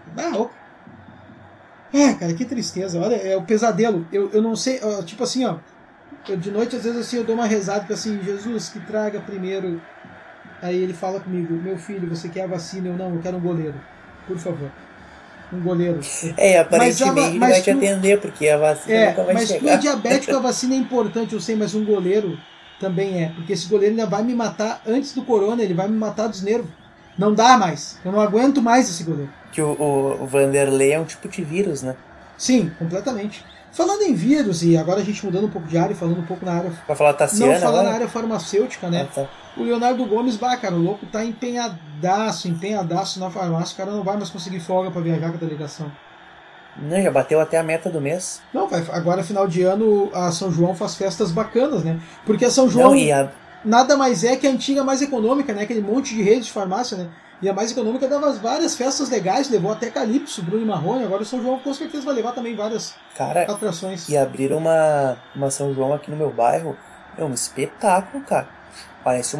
Cara, que tristeza. Olha, é o pesadelo. Eu não sei, tipo assim, ó. De noite, às vezes, assim, eu dou uma rezada, porque assim, Jesus, que traga primeiro. Aí ele fala comigo, meu filho, você quer a vacina? Eu quero um goleiro. Por favor. Um goleiro. Aparentemente ele vai te atender, porque a vacina nunca vai chegar. Mas pro diabético a vacina é importante, eu sei, mas um goleiro também é. Porque esse goleiro ainda vai me matar antes do corona, ele vai me matar dos nervos. Não dá mais. Eu não aguento mais esse goleiro. Que o Vanderlei é um tipo de vírus, né? Sim, completamente. Falando em vírus, e agora a gente mudando um pouco de área, falando um pouco na área... Vai falar Tassiana, não, falar na área farmacêutica, né? Tá. O Leonardo Gomes, cara, o louco tá empenhadaço na farmácia. O cara não vai mais conseguir folga pra viajar com a delegação. Não, já bateu até a meta do mês. Não, agora final de ano a São João faz festas bacanas, né? Porque a São João nada mais é que a antiga mais econômica, né? Aquele monte de rede de farmácia, né? E a mais econômica dava várias festas legais, levou até Calypso, Bruno e Marrone. Agora o São João com certeza vai levar também várias atrações. E abriram uma São João aqui no meu bairro. É um espetáculo, cara. Parece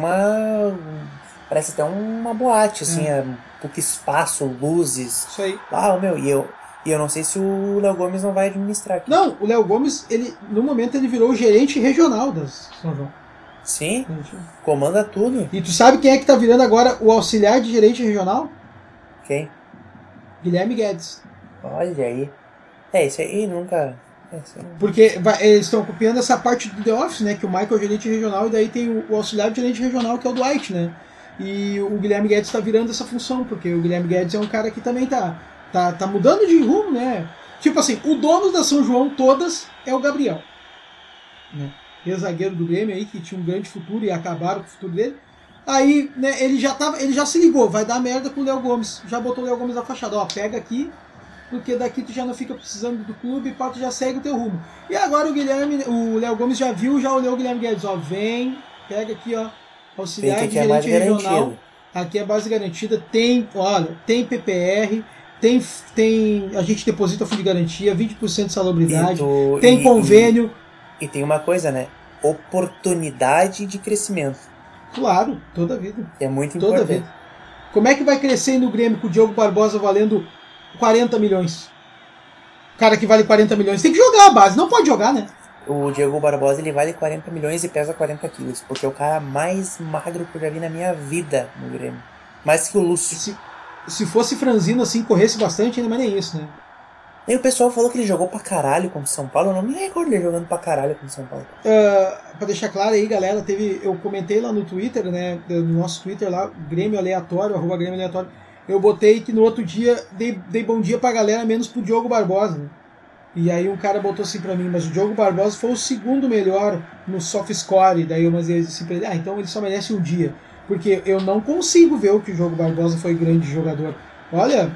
até uma boate, assim, pouco espaço, luzes. Isso aí. E eu não sei se o Léo Gomes não vai administrar aqui. Não, o Léo Gomes, no momento, ele virou o gerente regional das São João. Sim, comanda tudo. E tu sabe quem é que tá virando agora o auxiliar de gerente regional? Quem? Guilherme Guedes. Olha aí. Isso aí nunca... Porque eles estão copiando essa parte do The Office, né? Que o Michael é o gerente regional e daí tem o auxiliar de gerente regional, que é o Dwight, né? E o Guilherme Guedes está virando essa função, porque o Guilherme Guedes é um cara que também tá mudando de rumo, né? Tipo assim, o dono da São João todas é o Gabriel, né? Ex-zagueiro do Grêmio aí, que tinha um grande futuro e acabaram com o futuro dele. Aí, né, ele já se ligou, vai dar merda com o Léo Gomes. Já botou o Léo Gomes na fachada, ó, pega aqui, porque daqui tu já não fica precisando do clube e tu já segue o teu rumo. E agora o Léo Gomes já olhou o Guilherme Guedes, ó, vem, pega aqui, ó, auxiliar de gerente regional. Aqui é a base garantida, tem PPR, a gente deposita fundo de garantia, 20% de salubridade, tem convênio. E tem uma coisa, né? Oportunidade de crescimento. Claro, toda a vida. É muito importante. Toda a vida. Como é que vai crescer no Grêmio com o Diogo Barbosa valendo 40 milhões? O cara que vale 40 milhões tem que jogar a base, não pode jogar, né? O Diogo Barbosa, ele vale 40 milhões e pesa 40 quilos, porque é o cara mais magro que eu já vi na minha vida no Grêmio. Mais que o Lúcio. Se fosse franzino assim, corresse bastante, ainda mais nem isso, né? E o pessoal falou que ele jogou pra caralho contra o São Paulo. Eu não me recordo dele jogando pra caralho contra o São Paulo. Pra deixar claro aí, galera, eu comentei lá no Twitter, né? No nosso Twitter lá, Grêmio Aleatório, @Grêmio Aleatório. Eu botei que no outro dia dei bom dia pra galera, menos pro Diogo Barbosa, né? E aí um cara botou assim pra mim, mas o Diogo Barbosa foi o segundo melhor no soft score. Daí eu disse assim pra ele, então ele só merece um dia. Porque eu não consigo ver o que o Diogo Barbosa foi grande jogador. Olha...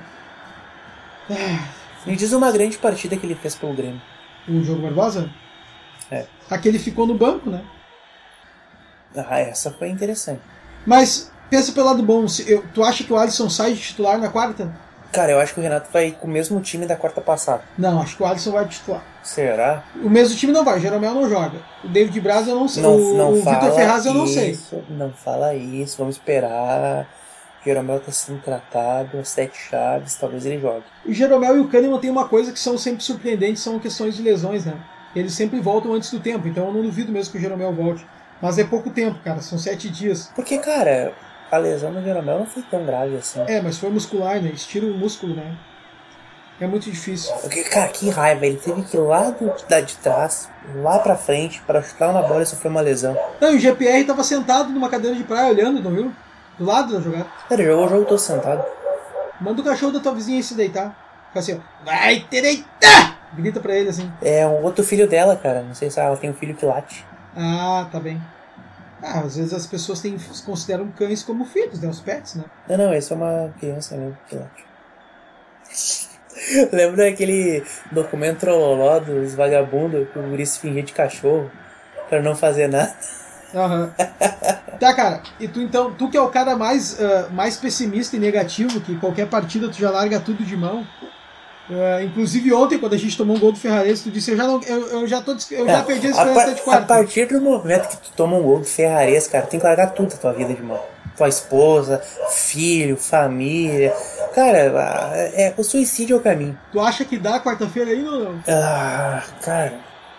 Me diz uma grande partida que ele fez pelo Grêmio. O Diogo Barbosa? É. Aquele ficou no banco, né? Essa foi interessante. Mas, pensa pelo lado bom, tu acha que o Alisson sai de titular na quarta? Cara, eu acho que o Renato vai com o mesmo time da quarta passada. Não, acho que o Alisson vai de titular. Será? O mesmo time não vai, o Jeromel não joga. O David Braz eu não sei. O Vitor Ferraz eu não sei. Não fala isso, vamos esperar. O Jeromel está sendo tratado, as 7 chaves, talvez ele jogue. O Jeromel e o Kahneman tem uma coisa que são sempre surpreendentes, são questões de lesões, né? Eles sempre voltam antes do tempo, então eu não duvido mesmo que o Jeromel volte. Mas é pouco tempo, cara, são 7 dias. Porque, cara, a lesão do Jeromel não foi tão grave assim. Mas foi muscular, né? Estira o músculo, né? É muito difícil. Porque, cara, que raiva, ele teve que ir lá de trás, lá pra frente, pra chutar uma bola e sofrer uma lesão. Não, e o GPR tava sentado numa cadeira de praia olhando, não viu? Do lado da jogada. Cara, jogou o jogo todo sentado. Manda o cachorro da tua vizinha se deitar. Fica assim, ó. Vai te deitar! Grita pra ele assim. É um outro filho dela, cara. Não sei se ela tem um filho que late. Ah, tá bem. Às vezes as pessoas consideram cães como filhos, né? Os pets, né? Não, esse é uma criança mesmo que late. Lembra aquele documento Trololó dos vagabundos que o guri se fingia de cachorro pra não fazer nada? Aham. Tá, cara, e tu então, tu que é o cara mais pessimista e negativo, que qualquer partida tu já larga tudo de mão. Inclusive ontem, quando a gente tomou um gol do Ferrarense, tu disse, eu já perdi a esperança de quarto. A partir do momento que tu toma um gol do Ferrarense, cara, tem que largar tudo da tua vida de mão. Tua esposa, filho, família. Cara, o suicídio é o caminho. Tu acha que dá quarta-feira aí ou não? Cara,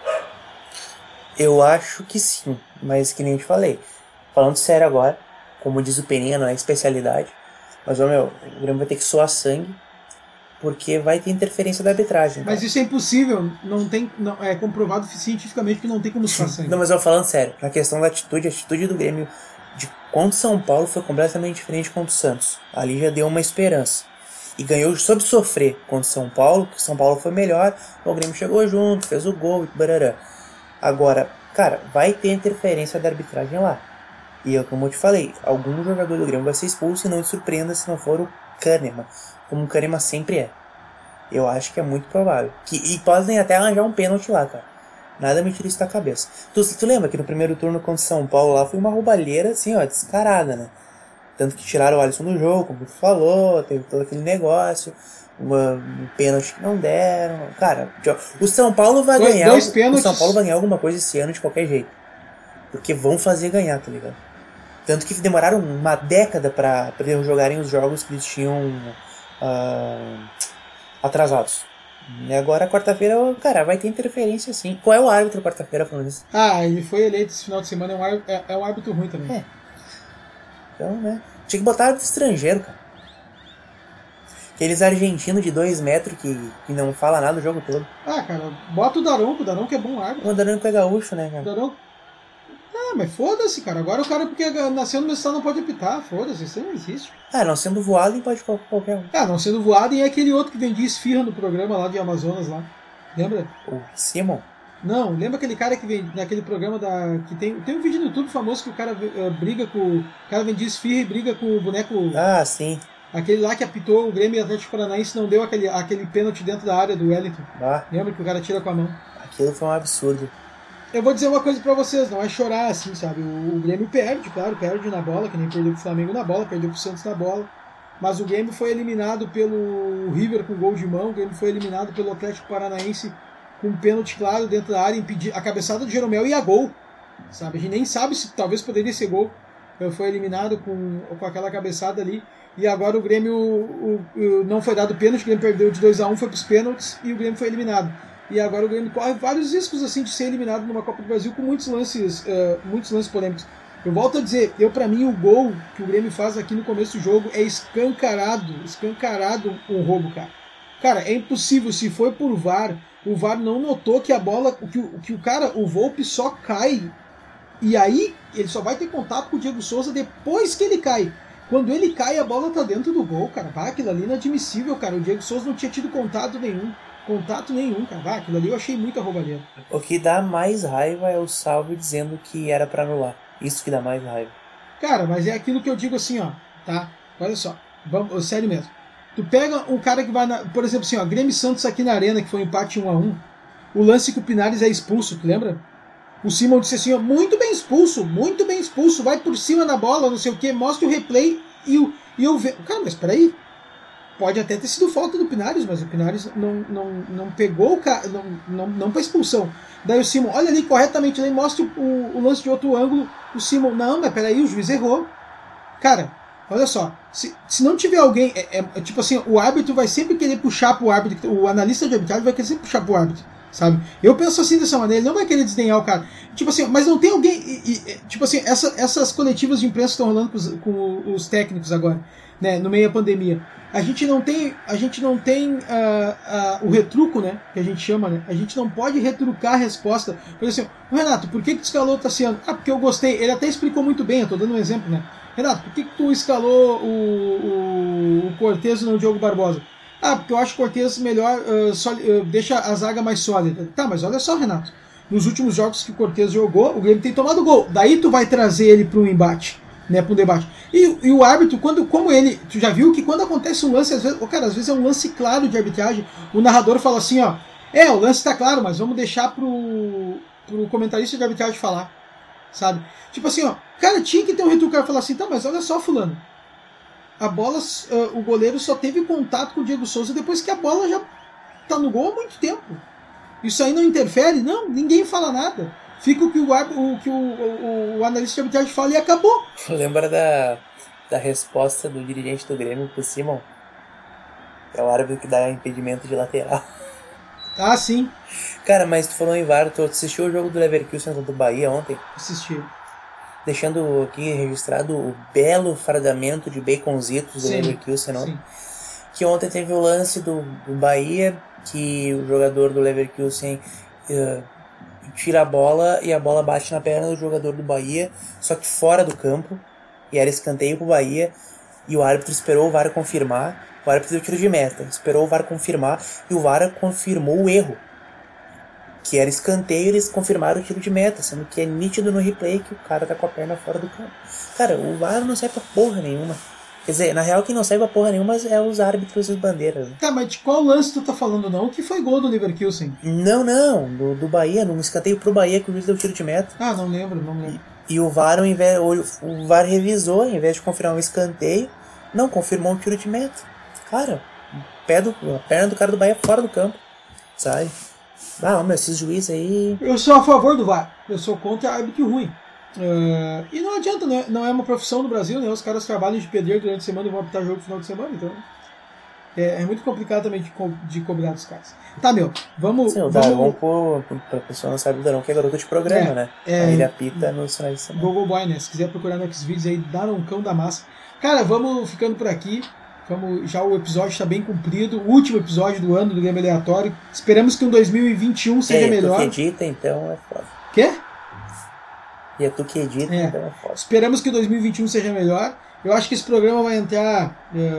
eu acho que sim, mas que nem eu te falei. Falando sério agora, como diz o Peninha, não é especialidade, mas o Grêmio vai ter que suar sangue, porque vai ter interferência da arbitragem. Mas isso é impossível, é comprovado cientificamente que não tem como suar sangue. Não, mas eu falando sério, na questão da atitude, a atitude do Grêmio contra o São Paulo foi completamente diferente contra o Santos. Ali já deu uma esperança. E ganhou sob sofrer contra o São Paulo, porque o São Paulo foi melhor, o Grêmio chegou junto, fez o gol e barará. Agora, cara, vai ter interferência da arbitragem lá. E como eu te falei, algum jogador do Grêmio vai ser expulso e não te surpreenda se não for o Kahneman, como o Kahneman sempre é. Eu acho que é muito provável. E podem até arranjar um pênalti lá, cara. Nada me tira isso da cabeça. Tu lembra que no primeiro turno contra o São Paulo lá foi uma roubalheira assim, ó, descarada, né? Tanto que tiraram o Alisson do jogo, como tu falou, teve todo aquele negócio, um pênalti que não deram. Cara, o São Paulo vai ganhar. O São Paulo vai ganhar alguma coisa esse ano de qualquer jeito. Porque vão fazer ganhar, tá ligado? Tanto que demoraram uma década pra eles jogarem os jogos que eles tinham atrasados. E agora, quarta-feira, cara, vai ter interferência sim. Qual é o árbitro quarta-feira falando isso? Ele foi eleito esse final de semana, é um árbitro ruim também. Então, né? Tinha que botar árbitro estrangeiro, cara. Aqueles argentinos de 2 metros que não fala nada o jogo todo. Cara, bota o Daronco que é bom árbitro. O Daronco é gaúcho, né, cara? Daronco. Mas foda-se, cara. Agora o cara, porque nasceu no meu estado, não pode apitar. Foda-se, isso não existe. Não sendo voado, pode qualquer um. Não sendo voado, e é aquele outro que vendia esfirra no programa lá de Amazonas lá. Lembra? O Simon? Não, lembra aquele cara que vem naquele programa que tem um vídeo no YouTube famoso que o cara briga com... O cara vendia esfirra e briga com o boneco... Sim. Aquele lá que apitou o Grêmio e Atlético Paranaense, não deu aquele pênalti dentro da área do Wellington. Lembra que o cara tira com a mão? Aquilo foi um absurdo. Eu vou dizer uma coisa pra vocês, não é chorar assim, sabe? O Grêmio perde, claro, perde na bola, que nem perdeu pro Flamengo na bola, perdeu pro Santos na bola. Mas o Grêmio foi eliminado pelo River com gol de mão, o Grêmio foi eliminado pelo Atlético Paranaense com um pênalti claro dentro da área, impedir a cabeçada do Jeromel e a gol, sabe? A gente nem sabe se talvez poderia ser gol. Foi eliminado com aquela cabeçada ali. E agora o Grêmio não foi dado pênalti, o Grêmio perdeu de 2-1, foi pros pênaltis e o Grêmio foi eliminado. E agora o Grêmio corre vários riscos assim de ser eliminado numa Copa do Brasil com muitos lances polêmicos. Eu volto a dizer, pra mim o gol que o Grêmio faz aqui no começo do jogo é escancarado um roubo, cara. Cara, é impossível, se foi por VAR, o VAR não notou que a bola, o Volpi só cai, e aí ele só vai ter contato com o Diego Souza depois que ele cai. Quando ele cai, a bola tá dentro do gol, cara. Aquilo ali é inadmissível, cara. O Diego Souza não tinha tido contato nenhum, cara. Aquilo ali eu achei muita roubalheira. O que dá mais raiva é o Salvio dizendo que era pra anular. Isso que dá mais raiva. Cara, mas é aquilo que eu digo assim, ó, tá? Olha só, sério mesmo. Tu pega um cara que vai por exemplo assim, ó, Grêmio Santos aqui na Arena, que foi um empate 1-1, o lance que o Pinares é expulso, tu lembra? O Simon disse assim, ó, muito bem expulso, vai por cima na bola, não sei o que, mostra o replay e eu vejo. Cara, mas peraí, pode até ter sido falta do Pinares, mas o Pinares não pegou o cara, não pra expulsão. Daí o Simon, olha ali corretamente, daí mostra o lance de outro ângulo, o Simon, não, mas peraí, o juiz errou. Cara, olha só, se não tiver alguém, tipo assim, o árbitro vai sempre querer puxar pro árbitro, o analista de arbitragem vai querer sempre puxar pro árbitro, sabe? Eu penso assim dessa maneira, ele não vai querer desdenhar o cara. Tipo assim, mas não tem alguém, tipo assim, essas coletivas de imprensa estão rolando com os técnicos agora, né, no meio da pandemia. A gente não tem o retruco, né, que a gente chama, né? A gente não pode retrucar a resposta. Por exemplo, Renato, por que tu escalou o Tassiano? Porque eu gostei. Ele até explicou muito bem, eu tô dando um exemplo, né? Renato, por que tu escalou o Cortez e não o Diogo Barbosa? Porque eu acho o Cortez melhor, deixa a zaga mais sólida. Tá, mas olha só, Renato. Nos últimos jogos que o Cortez jogou, o Grêmio tem tomado gol. Daí tu vai trazer ele para um embate. né, para um debate. E o árbitro, como ele, tu já viu que quando acontece um lance, às vezes é um lance claro de arbitragem, o narrador fala assim, ó, o lance tá claro, mas vamos deixar pro comentarista de arbitragem falar, sabe? Tipo assim, ó, cara, tinha que ter um ritual, o cara falar assim, tá, mas olha só, fulano, a bola, o goleiro só teve contato com o Diego Souza depois que a bola já tá no gol há muito tempo. Isso aí não interfere? Não, ninguém fala nada. Fica o que o analista de arbitragem fala e acabou. Lembra da resposta do dirigente do Grêmio pro Simon? É o árbitro que dá impedimento de lateral. Ah, sim. Cara, mas tu falou em VAR, tu assistiu o jogo do Leverkusen contra o Bahia ontem? Assisti. Deixando aqui registrado o belo fardamento de baconzitos do Leverkusen ontem. Que ontem teve o lance do Bahia, que o jogador do Leverkusen tira a bola e a bola bate na perna do jogador do Bahia, só que fora do campo, e era escanteio pro Bahia, e o árbitro esperou o VAR confirmar, o árbitro deu tiro de meta, esperou o VAR confirmar, e o VAR confirmou o erro, que era escanteio, eles confirmaram o tiro de meta, sendo que é nítido no replay que o cara tá com a perna fora do campo. Cara, o VAR não serve pra porra nenhuma. Quer dizer, na real quem não serve pra porra nenhuma é os árbitros e as bandeiras. Né? Tá, mas de qual lance tu tá falando não? Que foi gol do Leverkusen? Não, do Bahia, num escanteio pro Bahia que o juiz deu tiro de meta. Ah, não lembro. E o VAR, o VAR revisou, ao invés de confirmar um escanteio, não, confirmou um tiro de meta. Cara, a perna do cara do Bahia fora do campo, sabe? Esses juízes aí... Eu sou a favor do VAR, eu sou contra árbitro ruim. E não adianta, não é uma profissão no Brasil, né? Os caras trabalham de pedreiro durante a semana e vão apitar jogo no final de semana, então é muito complicado também de cobrar dos caras. Tá, meu, vamos... Sim, o Daron, pra pessoa não sabe, o Daron que é garoto de programa, né? Aí ele apita nos finais de semana. Google Boy, né? Se quiser procurar no Xvideos aí, Daroncão da massa. Cara, vamos ficando por aqui. Já o episódio está bem cumprido, o último episódio do ano do Grêmio Aleatório. Esperamos que o 2021 seja melhor. Tu que edita, então é foda. Quê? E é tu que edita, então é foda. Esperamos que o 2021 seja melhor. Eu acho que esse programa vai entrar...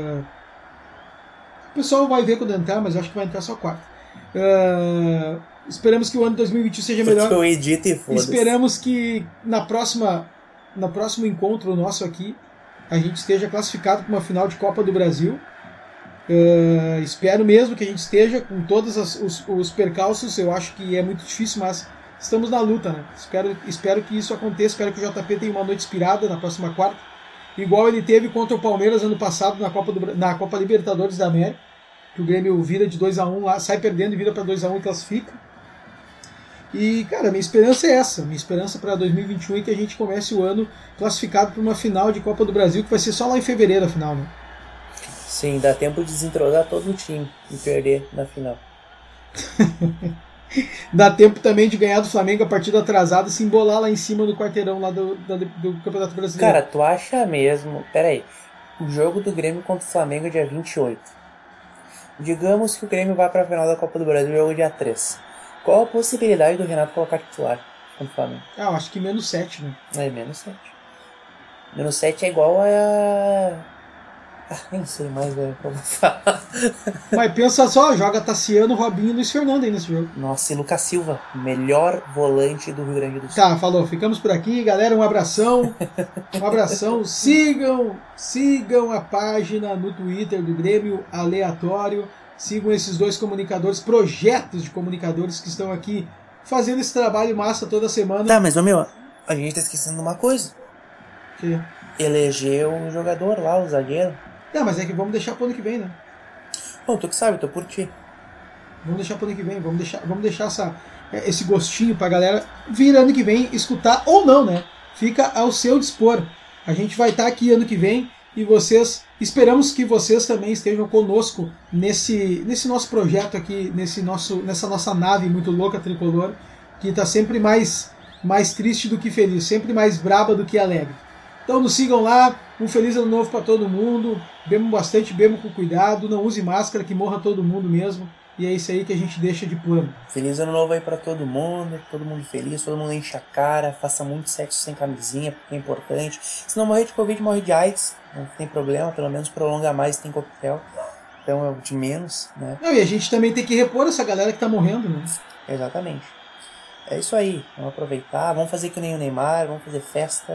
O pessoal vai ver quando entrar, mas eu acho que vai entrar só quarta. Esperamos que o ano de 2021 seja melhor. Porque eu edito e foda-se. Esperamos que no próximo encontro nosso aqui a gente esteja classificado para uma final de Copa do Brasil. Espero mesmo que a gente esteja com todos os percalços. Eu acho que é muito difícil, mas estamos na luta, né? Espero que isso aconteça. Espero que o JP tenha uma noite inspirada na próxima quarta, igual ele teve contra o Palmeiras ano passado na Copa Libertadores da América, que o Grêmio vira de 2-1 lá, sai perdendo e vira para 2-1 e classifica. E, cara, minha esperança é essa. Minha esperança para 2021 é que a gente comece o ano classificado para uma final de Copa do Brasil, que vai ser só lá em fevereiro a final, né? Sim, dá tempo de desentrosar todo o time e perder na final. Dá tempo também de ganhar do Flamengo a partida atrasada e se embolar lá em cima do quarteirão lá do Campeonato Brasileiro. Cara, tu acha mesmo... Pera aí. O jogo do Grêmio contra o Flamengo é dia 28. Digamos que o Grêmio vai para a final da Copa do Brasil, jogo dia 3. Qual a possibilidade do Renato colocar titular contra o Flamengo? Eu acho que menos 7, né? Menos 7. Menos 7 é igual a... nem sei mais como falar. Mas pensa só, joga Tassiano, Robinho e Luiz Fernando aí nesse jogo. Nossa, e Lucas Silva, melhor volante do Rio Grande do Sul. Tá, falou. Ficamos por aqui, galera. Um abração. Um abração. Sigam a página no Twitter do Grêmio Aleatório. Sigam esses dois comunicadores, projetos de comunicadores que estão aqui fazendo esse trabalho massa toda semana. Tá, mas meu, a gente tá esquecendo uma coisa. Que? Eleger um jogador lá, o zagueiro. Não, mas é que vamos deixar pro ano que vem, né? Bom, tu que sabe, tô por ti. Vamos deixar pro ano que vem, vamos deixar esse gostinho pra galera vir ano que vem escutar ou não, né? Fica ao seu dispor. A gente vai estar aqui ano que vem e esperamos que vocês também estejam conosco nesse nosso projeto aqui, nessa nossa nave muito louca tricolor, que está sempre mais triste do que feliz, sempre mais braba do que alegre. Então nos sigam lá, um feliz ano novo para todo mundo, bebam bastante, bebam com cuidado, não use máscara, que morra todo mundo mesmo, e é isso aí que a gente deixa de plano. Feliz ano novo aí para todo mundo feliz, todo mundo enche a cara, faça muito sexo sem camisinha, porque é importante. Se não morrer de Covid, morre de AIDS, não tem problema, pelo menos prolonga mais, tem coquetel, então é o de menos, né? Não, e a gente também tem que repor essa galera que tá morrendo, né? Exatamente. É isso aí, vamos aproveitar, vamos fazer que nem o Neymar, vamos fazer festa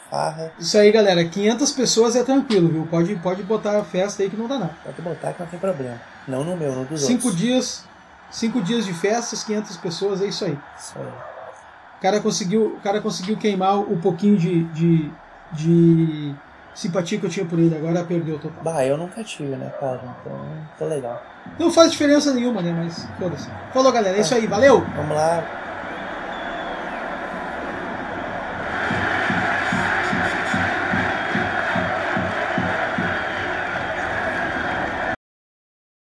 farra. Isso aí, galera. 500 pessoas é tranquilo, viu? Pode botar a festa aí que não dá nada. Pode botar que não tem problema. Não no meu, no dos 5 outros. dias. 5 dias de festas, 500 pessoas, é isso aí. Isso aí. O cara conseguiu queimar o pouquinho de simpatia que eu tinha por ele. Agora perdeu total. Bah, eu nunca tive, né, cara? Então, tá legal. Não faz diferença nenhuma, né? Mas foda-se. Falou, galera. É isso aí. Valeu! Vamos lá.